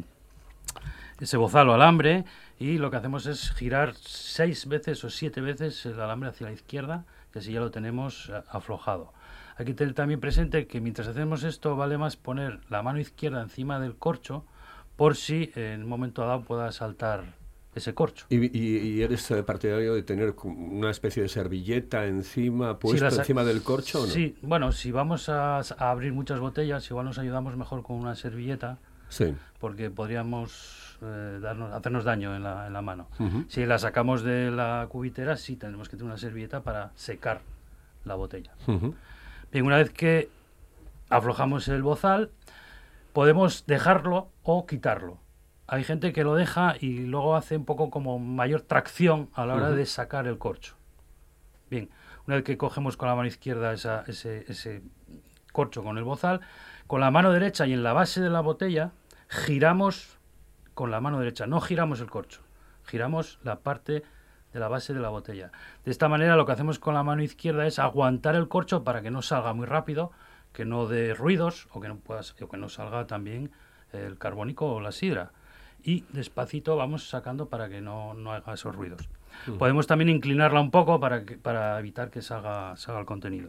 ese bozal o alambre, y lo que hacemos es girar seis veces o siete veces el alambre hacia la izquierda, que así ya lo tenemos eh, aflojado. Hay que tener también presente que mientras hacemos esto vale más poner la mano izquierda encima del corcho por si eh, en un momento dado pueda saltar ese corcho. ¿Y, y- y eres eh, partidario de tener cu- una especie de servilleta encima, puesta las- encima del corcho o no? Sí, bueno, si vamos a, a abrir muchas botellas, igual nos ayudamos mejor con una servilleta, Sí. porque podríamos eh, darnos, hacernos daño en la, en la mano. Ujú. Si la sacamos de la cubitera, sí tenemos que tener una servilleta para secar la botella. Ujú. Bien, una vez que aflojamos el bozal, podemos dejarlo o quitarlo. Hay gente que lo deja y luego hace un poco como mayor tracción a la hora Ujú. de sacar el corcho. Bien, una vez que cogemos con la mano izquierda esa- ese, ese corcho con el bozal, con la mano derecha y en la base de la botella giramos con la mano derecha, no giramos el corcho, giramos la parte de la base de la botella. De esta manera lo que hacemos con la mano izquierda es aguantar el corcho para que no salga muy rápido, que no dé ruidos o que no, pueda, o que no salga también el carbónico o la sidra. Y despacito vamos sacando para que no, no haga esos ruidos. Ujú. Podemos también inclinarla un poco para, que, para evitar que salga, salga el contenido.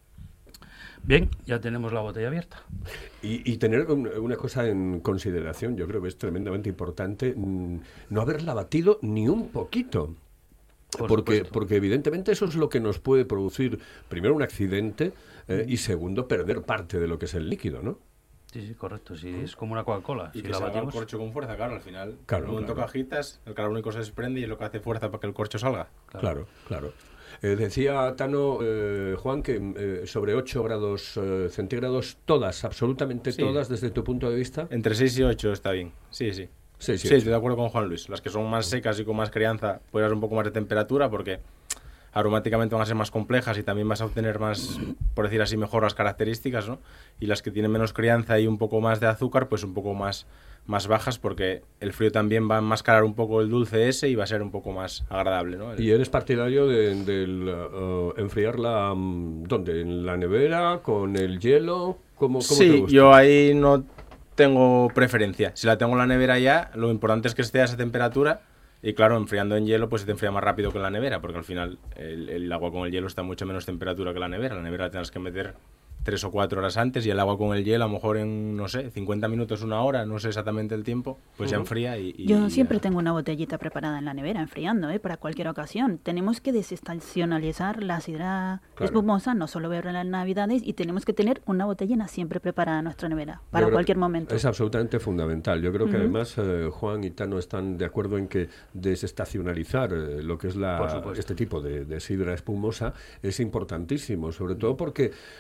Bien, ya tenemos la botella abierta. Y, y tener un- una cosa en consideración, yo creo que es tremendamente importante, mm, no haberla batido ni un poquito. Por Porque, supuesto. porque evidentemente eso es lo que nos puede producir, primero, un accidente eh, y segundo, perder parte de lo que es el líquido, ¿no? Sí, sí, correcto. Sí, es como una Coca-Cola. Y Si que la salga el batimos, corcho con fuerza, claro, al final. Claro, en un momento claro. que agitas, el carbónico se desprende y es lo que hace fuerza para que el corcho salga. Claro, claro. Eh, decía Tano, eh, Juan, que eh, sobre ocho grados eh, centígrados, todas, absolutamente Sí. todas, desde tu punto de vista. Entre seis y ocho está bien. Sí, sí. seis y Sí, ocho. estoy de acuerdo con Juan Luis. Las que son más secas y con más crianza, puede dar un poco más de temperatura porque aromáticamente van a ser más complejas y también vas a obtener más, por decir así, mejor las características, ¿no? Y las que tienen menos crianza y un poco más de azúcar, pues un poco más, más bajas porque el frío también va a enmascarar un poco el dulce ese y va a ser un poco más agradable, ¿no? El- ¿Y eres partidario de, del eh, enfriarla, mm, dónde? ¿En la nevera? ¿Con el hielo? ¿Cómo, cómo te Sí, gusta? yo ahí no tengo preferencia. Si la tengo en la nevera ya, lo importante es que esté a esa temperatura. Y claro, enfriando en hielo, pues se te enfría más rápido que en la nevera, porque al final el, el agua con el hielo está a mucho menos temperatura que la nevera. La nevera la tienes que meter tres o cuatro horas antes y el agua con el hielo a lo mejor en, no sé, cincuenta minutos, una hora, no sé exactamente el tiempo, pues ya Ujú. enfría y... y- Yo y siempre ya. tengo una botellita preparada en la nevera, enfriando, ¿eh? Para cualquier ocasión. Tenemos que desestacionalizar la sidra Claro. espumosa, no solo beberla en Navidades, y tenemos que tener una botellina siempre preparada en nuestra nevera, Yo para creo cualquier que momento. Es absolutamente fundamental. Yo creo que Ujú. además eh, Juan y Tano están de acuerdo en que desestacionalizar eh, lo que es la, Por supuesto. este tipo de, de sidra espumosa es importantísimo, sobre todo porque claro, la,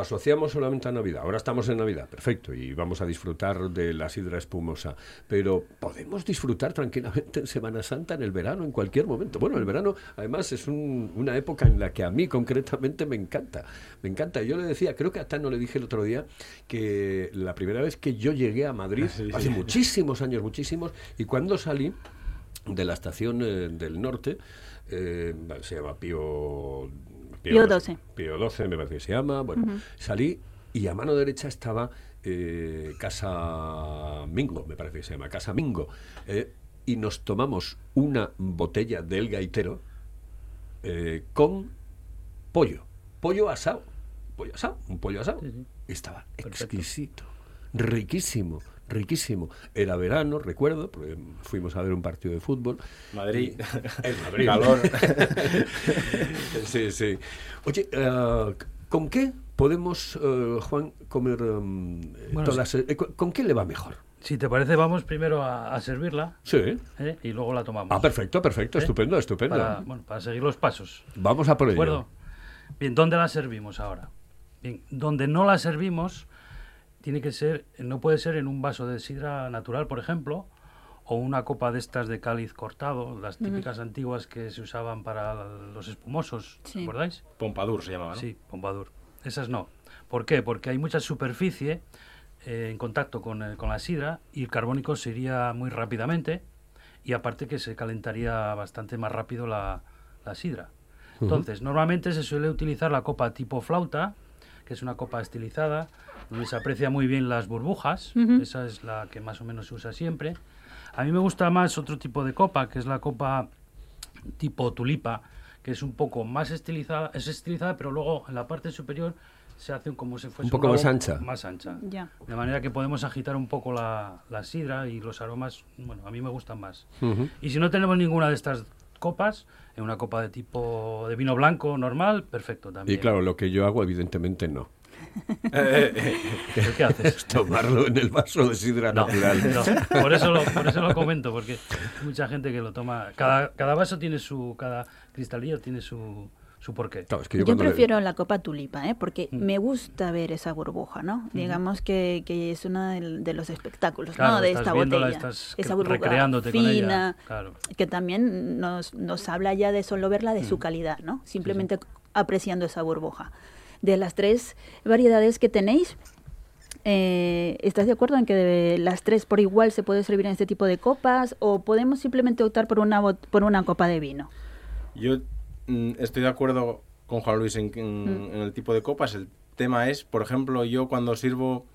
asociamos solamente a Navidad. Ahora estamos en Navidad, perfecto, y vamos a disfrutar de la sidra espumosa. Pero podemos disfrutar tranquilamente en Semana Santa, en el verano, en cualquier momento. Bueno, el verano, además, es un, una época en la que a mí concretamente me encanta. Me encanta. Yo le decía, creo que a Tano le dije el otro día, que la primera vez que yo llegué a Madrid, sí, hace sí. muchísimos años, muchísimos, y cuando salí de la estación eh, del norte, eh, se llama Pío... Pío doce. Pío doce, me parece que se llama. Bueno, uh-huh. salí y a mano derecha estaba eh, Casa Mingo, me parece que se llama, Casa Mingo. Eh, y nos tomamos una botella del gaitero eh, con pollo. Pollo asado. Pollo asado, un pollo asado. Sí, sí. Estaba Perfecto. exquisito, riquísimo. Riquísimo. Era verano, recuerdo, porque fuimos a ver un partido de fútbol. Madrid. Y, el Madrid. Calor. Sí, sí. Oye, uh, ¿con qué podemos, uh, Juan, comer um, bueno, todas sí. eh, ¿con, ¿Con qué le va mejor? Si te parece, vamos primero a, a servirla. Sí. ¿eh? Y luego la tomamos. Ah, perfecto, perfecto. ¿Eh? Estupendo, estupendo. Para, bueno, para seguir los pasos. Vamos a por ello. ¿De acuerdo? Bien, ¿dónde la servimos ahora? Bien, donde no la servimos... Tiene que ser, no puede ser en un vaso de sidra natural, por ejemplo, o una copa de estas de cáliz cortado, las típicas uh-huh. antiguas que se usaban para los espumosos, sí. ¿recordáis? Pompadour se llamaba, ¿no? Sí, Pompadour. Esas no. ¿Por qué? Porque hay mucha superficie eh, en contacto con, el, con la sidra y el carbónico se iría muy rápidamente y aparte que se calentaría bastante más rápido la, la sidra. Uh-huh. Entonces, normalmente se suele utilizar la copa tipo flauta, que es una copa estilizada, donde se aprecia muy bien las burbujas, uh-huh. esa es la que más o menos se usa siempre. A mí me gusta más otro tipo de copa, que es la copa tipo tulipa, que es un poco más estilizada, es estilizada, pero luego en la parte superior se hace como si fuese un poco un más ancha. Más ancha. Yeah. De manera que podemos agitar un poco la, la sidra y los aromas, bueno, a mí me gustan más. Uh-huh. Y si no tenemos ninguna de estas copas, en una copa de tipo de vino blanco normal, perfecto también. Y claro, lo que yo hago evidentemente no. ¿Qué haces? Tomarlo en el vaso de sidra no, natural. No, por eso lo, por eso lo comento, porque hay mucha gente que lo toma. Cada, cada vaso tiene su, cada cristalillo tiene su, su porqué. Claro, es que yo yo prefiero le... la copa tulipa, ¿eh? Porque mm. me gusta ver esa burbuja, ¿no? Mm. Digamos que, que es uno de, de los espectáculos, claro, ¿no? De esta botella. Estás esa burbuja recreándote fina, con ella. Claro. Que también nos, nos habla ya de solo verla de mm. su calidad, ¿no? Simplemente sí, sí. apreciando esa burbuja. De las tres variedades que tenéis, eh, ¿estás de acuerdo en que de las tres por igual se puede servir en este tipo de copas o podemos simplemente optar por una por una copa de vino? Yo mm, estoy de acuerdo con Juan Luis en, en, mm. en el tipo de copas. El tema es, por ejemplo, yo cuando sirvo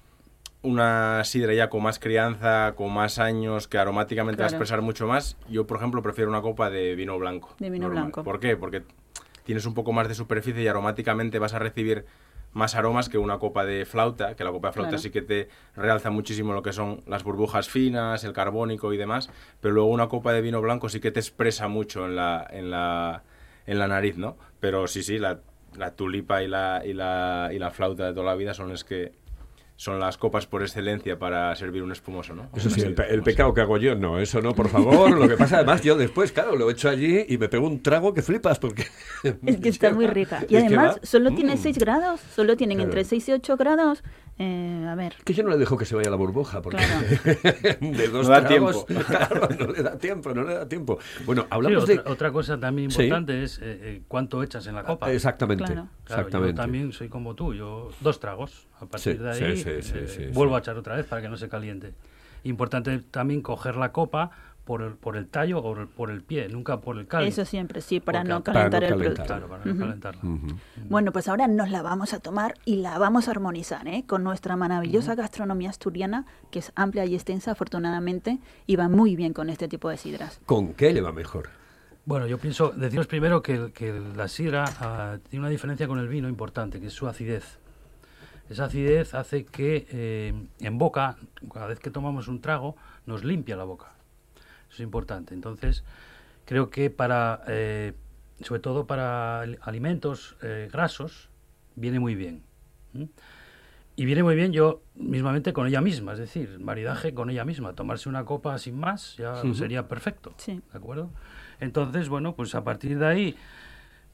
una sidra ya con más crianza, con más años, que aromáticamente claro. va a expresar mucho más, yo, por ejemplo, prefiero una copa de vino blanco. De vino normal. blanco. ¿Por qué? Porque tienes un poco más de superficie y aromáticamente vas a recibir más aromas que una copa de flauta, que la copa de flauta claro. sí que te realza muchísimo lo que son las burbujas finas, el carbónico y demás, pero luego una copa de vino blanco sí que te expresa mucho en la, en la, en la nariz, ¿no? Pero sí, sí, la, la tulipa y la, y, la, y la flauta de toda la vida son es que son las copas por excelencia para servir un espumoso, ¿no? Eso sí, el, pe- el pecado que hago yo, no, eso no, por favor. Lo que pasa, además, yo después, claro, lo echo allí y me pego un trago que flipas porque... Es que está muy rica. Y además, solo tiene mm. seis grados, solo tienen claro. entre seis y ocho grados. Eh, a ver. Que yo no le dejo que se vaya la burbuja, porque claro. de dos no da tragos, tiempo. Claro, no le da tiempo, no le da tiempo. Bueno, hablamos sí, de... Otra, otra cosa también importante sí. es eh, eh, cuánto echas en la copa. Exactamente, claro. Claro, exactamente. Yo también soy como tú, yo dos tragos. A partir sí, de ahí sí, sí, sí, eh, sí, vuelvo sí. a echar otra vez para que no se caliente. Importante también coger la copa por el, por el tallo o el, por el pie, nunca por el cáliz. Eso siempre, sí, para Porque, no calentar para no el calentar. producto. Claro, para no uh-huh. calentarla. Uh-huh. Bueno, pues ahora nos la vamos a tomar y la vamos a armonizar, ¿eh? Con nuestra maravillosa uh-huh. gastronomía asturiana, que es amplia y extensa, afortunadamente, y va muy bien con este tipo de sidras. ¿Con qué le va mejor? Bueno, yo pienso, deciros primero que, que la sidra uh, tiene una diferencia con el vino importante, que es su acidez. Esa acidez hace que eh, en boca, cada vez que tomamos un trago, nos limpia la boca. Eso es importante. Entonces, creo que para, eh, sobre todo para alimentos eh, grasos, viene muy bien. ¿Mm? Y viene muy bien yo mismamente con ella misma, es decir, maridaje con ella misma. Tomarse una copa sin más ya uh-huh. sería perfecto. Sí. ¿De acuerdo? Entonces, bueno, pues a partir de ahí,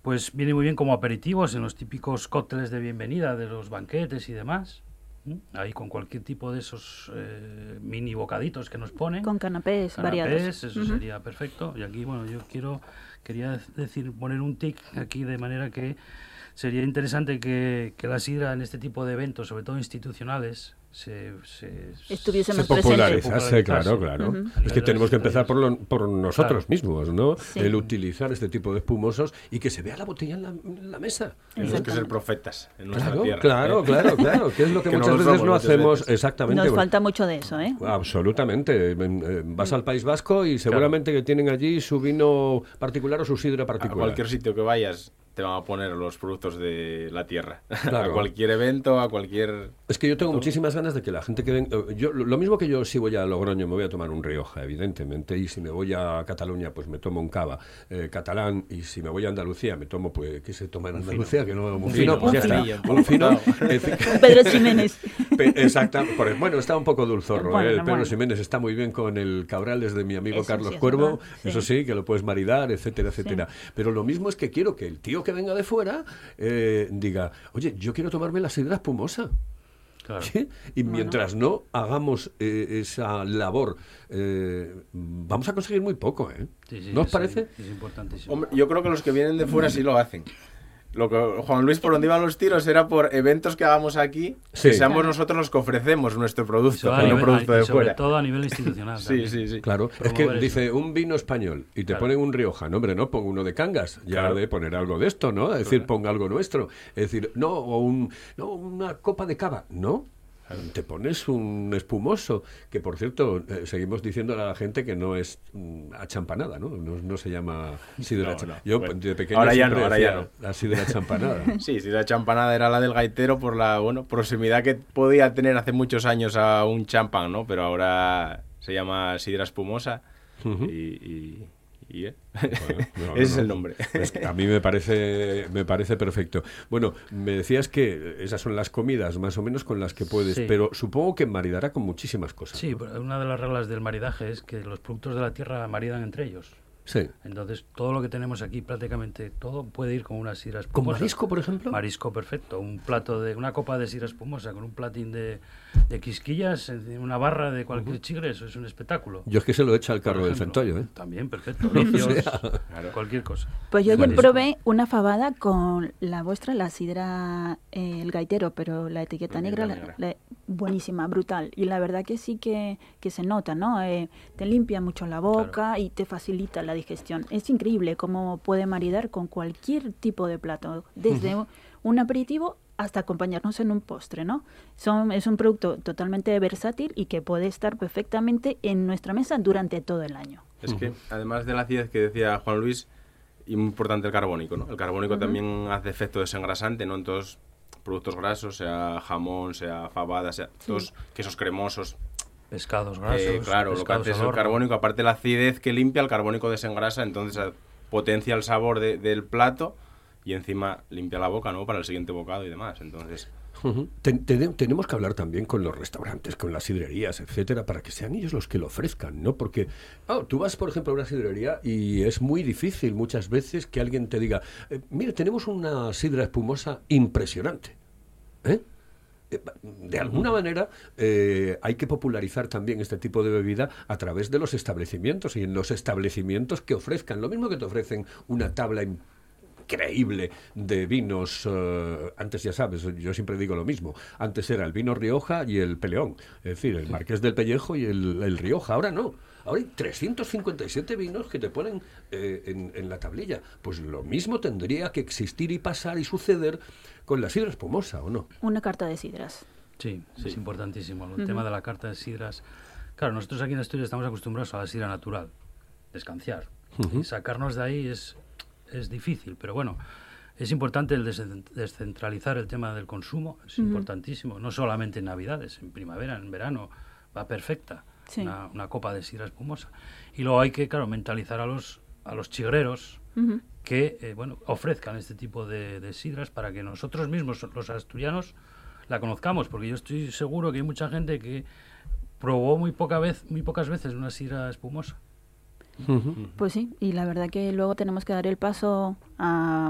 pues viene muy bien como aperitivos en los típicos cócteles de bienvenida de los banquetes y demás. ¿Mm? Ahí con cualquier tipo de esos eh, mini bocaditos que nos ponen. Con canapés, canapés variados. Eso Uh-huh. sería perfecto. Y aquí, bueno, yo quiero quería decir, poner un tic aquí de manera que sería interesante que, que la sidra en este tipo de eventos, sobre todo institucionales, se, se, estuviese se más popularizase, presente. claro, claro. Uh-huh. Es que tenemos que empezar por, lo, por nosotros Claro. mismos, ¿no? Sí. El utilizar este tipo de espumosos y que se vea la botella en la, en la mesa. Tenemos que ser profetas en nuestra Claro, tierra. claro, ¿eh? claro, claro, que es lo que, Que no muchas lo veces somos no muchas hacemos veces. exactamente. Nos falta mucho de eso, ¿eh? Absolutamente. Eh, Vas al País Vasco y seguramente que tienen allí su vino particular o su sidra A particular. cualquier sitio que vayas te van a poner los productos de la tierra. Claro. A cualquier evento, a cualquier... Es que yo tengo muchísimas ganas de que la gente que venga... Yo, lo mismo que yo si voy a Logroño me voy a tomar un Rioja, evidentemente, y si me voy a Cataluña pues me tomo un cava eh, catalán, y si me voy a Andalucía me tomo, pues, ¿qué se toma en Andalucía? Que no, un fino, pues ya está. Un fino. Es decir, Pedro Ximénez. Exacto. Por- Bueno, está un poco dulzorro. Bueno, ¿eh? El Pedro bueno. Ximénez está muy bien con el Cabrales de mi amigo Eso Carlos sí es Cuervo, verdad, sí. eso sí, que lo puedes maridar, etcétera, etcétera. Pero lo mismo es que quiero que el tío que venga de fuera eh, diga, oye, yo quiero tomarme la sidra espumosa. Claro. ¿Sí? Y mientras no hagamos eh, esa labor, eh, vamos a conseguir muy poco, ¿eh? Sí, sí, ¿No os es, parece? Es importantísimo. Hombre, yo creo que los que vienen de fuera sí lo hacen. Lo que Juan Luis, por donde iban los tiros era por eventos que hagamos aquí, Sí. que seamos nosotros los que ofrecemos nuestro producto, Eso a no nivel- producto y de sobre fuera. todo a nivel institucional. Sí, también. sí, sí. Claro, es que Promover dice eso. un vino español y te Claro. ponen un Rioja. No, hombre, no, pongo uno de Cangas. Ya Claro. de poner algo de esto, ¿no? Es decir, ponga algo nuestro. Es decir, no, o un, no, una copa de cava. No. Te pones un espumoso, que por cierto, eh, seguimos diciendo a la gente que no es mm, achampanada, ¿no? No, no se llama sidra No, achampanada. no, Yo bueno. de pequeño Ahora ya siempre no, ahora decía ya no. la sidra achampanada. Sí, sí, la champanada era la del gaitero por la bueno proximidad que podía tener hace muchos años a un champán, ¿no? Pero ahora se llama sidra espumosa Ujú. y... y, y, ¿eh? Bueno, no, Ese es no. el nombre. Es que a mí me parece me parece perfecto. Bueno, me decías que esas son las comidas más o menos con las que puedes, Sí. pero supongo que maridará con muchísimas cosas. Sí, ¿no? pero una de las reglas del maridaje es que los productos de la tierra maridan entre ellos. Sí. Entonces, todo lo que tenemos aquí, prácticamente todo, puede ir con una sidra ¿Con espumosa. marisco, por ejemplo? Marisco, perfecto. Un plato de, una copa de sidra espumosa con un platín de, de quisquillas, en una barra de cualquier chigre, eso es un espectáculo. Yo es que se lo echo al Por carro del ejemplo. centollo, ¿eh? También, perfecto. Vicios, sea. cualquier cosa. Pues yo ayer Marisco. probé una fabada con la vuestra, la sidra eh, el gaitero, pero la etiqueta La negra, la- negra. la- buenísima, brutal. Y la verdad que sí que, que se nota, ¿no? Eh, te limpia mucho la boca y te facilita la digestión. Es increíble cómo puede maridar con cualquier tipo de plato, desde un- un aperitivo hasta acompañarnos en un postre, ¿no? Son, es un producto totalmente versátil y que puede estar perfectamente en nuestra mesa durante todo el año. Es que, además de la acidez que decía Juan Luis, importante el carbónico, ¿no? El carbónico Ujú. también hace efecto desengrasante, ¿no? En todos productos grasos, sea jamón, sea fabada, sea todos quesos cremosos. Pescados grasos. Eh, claro, lo que pescados hace es al el horno. carbónico, aparte la acidez que limpia, el carbónico desengrasa, entonces eh, potencia el sabor de- del plato y encima limpia la boca, ¿no? Para el siguiente bocado y demás, entonces... Ujú. Ten- ten- tenemos que hablar también con los restaurantes, con las sidrerías, etcétera, para que sean ellos los que lo ofrezcan, ¿no? Porque ah, tú vas, por ejemplo, a una sidrería y es muy difícil muchas veces que alguien te diga, eh, mire, tenemos una sidra espumosa impresionante, ¿eh? Eh, De alguna manera eh, hay que popularizar también este tipo de bebida a través de los establecimientos y en los establecimientos que ofrezcan, lo mismo que te ofrecen una tabla in- increíble de vinos. eh, antes, ya sabes, yo siempre digo lo mismo. Antes era el vino Rioja y el Peleón. Es decir, el Marqués del Pellejo y el, el Rioja. Ahora no. Ahora hay trescientos cincuenta y siete vinos que te ponen eh, en, en la tablilla. Pues lo mismo tendría que existir y pasar y suceder con la sidra espumosa, ¿o no? Una carta de sidras. Sí, es importantísimo. El Ujú. tema de la carta de sidras. Claro, nosotros aquí en Asturias estamos acostumbrados a la sidra natural, descanciar. Ujú. Y sacarnos de ahí es, es difícil, pero bueno, es importante el des- descentralizar el tema del consumo, es Ujú. importantísimo. No solamente en Navidades, en primavera, en verano, va perfecta Sí. una, una copa de sidra espumosa. Y luego hay que, claro, mentalizar a los, a los chigreros Ujú. que eh, bueno, ofrezcan este tipo de, de sidras para que nosotros mismos, los asturianos, la conozcamos, porque yo estoy seguro que hay mucha gente que probó muy poca vez, muy pocas veces una sidra espumosa. Pues sí, y la verdad que luego tenemos que dar el paso a,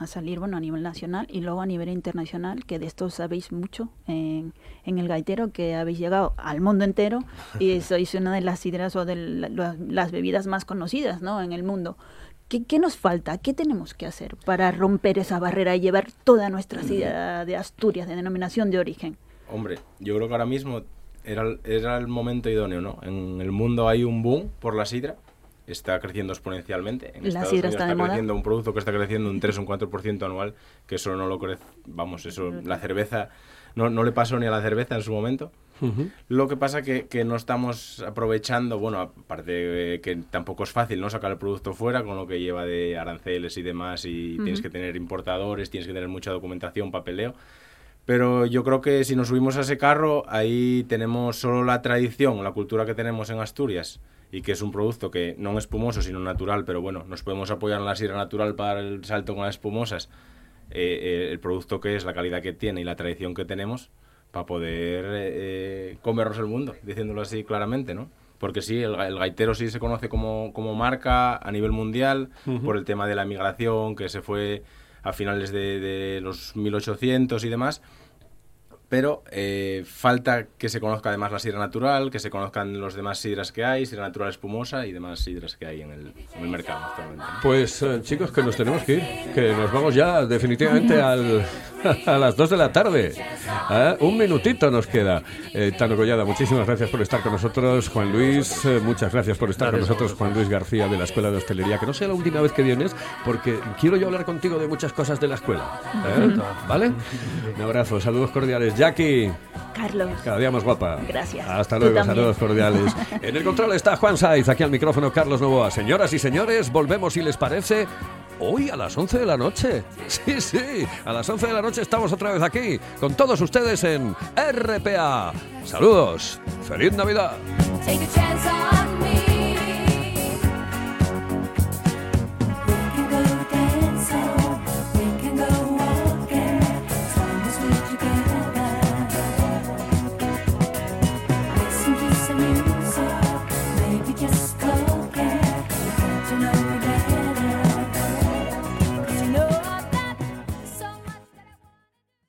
a salir, bueno, a nivel nacional y luego a nivel internacional, que de esto sabéis mucho en, en el gaitero, que habéis llegado al mundo entero y sois una de las sidras o de la, las bebidas más conocidas, ¿no?, en el mundo. ¿Qué, ¿Qué nos falta? ¿Qué tenemos que hacer para romper esa barrera y llevar toda nuestra sidra de Asturias, de denominación de origen? Hombre, yo creo que ahora mismo era, era el momento idóneo, ¿no? En el mundo hay un boom por la sidra, está creciendo exponencialmente. En la Estados sidra Unidos está de está moda. creciendo un producto que está creciendo un tres o un cuatro por ciento anual, que eso no lo crece, vamos, eso, la cerveza, no, no le pasó ni a la cerveza en su momento. Uh-huh. Lo que pasa que, que no estamos aprovechando, bueno, aparte de que tampoco es fácil, ¿no?, sacar el producto fuera con lo que lleva de aranceles y demás, y uh-huh. tienes que tener importadores, tienes que tener mucha documentación, papeleo. Pero yo creo que si nos subimos a ese carro, ahí tenemos solo la tradición, la cultura que tenemos en Asturias, y que es un producto que no es espumoso, sino natural, pero bueno, nos podemos apoyar en la sidra natural para el salto con las espumosas, eh, eh, el producto que es, la calidad que tiene y la tradición que tenemos, para poder eh, comernos el mundo, diciéndolo así claramente, ¿no? Porque sí, el, el gaitero sí se conoce como, como marca a nivel mundial, uh-huh. por el tema de la migración, que se fue a finales de, de los mil ochocientos y demás, pero eh, falta que se conozca además la sidra natural, que se conozcan los demás sidras que hay, sidra natural espumosa y demás sidras que hay en el, en el mercado actualmente, ¿no? Pues eh, chicos, que nos tenemos que ir, que nos vamos ya definitivamente al, a las dos de la tarde. ¿Eh? Un minutito nos queda. Eh, Tano Collada, muchísimas gracias por estar con nosotros. Juan Luis, eh, muchas gracias por estar gracias con nosotros. Juan Luis García, de la Escuela de Hostelería. Que no sea la última vez que vienes, porque quiero yo hablar contigo de muchas cosas de la escuela. ¿Eh? ¿Vale? Un abrazo, saludos cordiales. Jackie. Carlos. Cada día más guapa. Gracias. Hasta luego, saludos cordiales. En el control está Juan Saiz, aquí al micrófono Carlos Novoa. Señoras y señores, volvemos, si les parece, hoy a las once de la noche. Sí, sí, a las once de la noche estamos otra vez aquí, con todos ustedes en R P A. Saludos, feliz Navidad. Take a chance on me.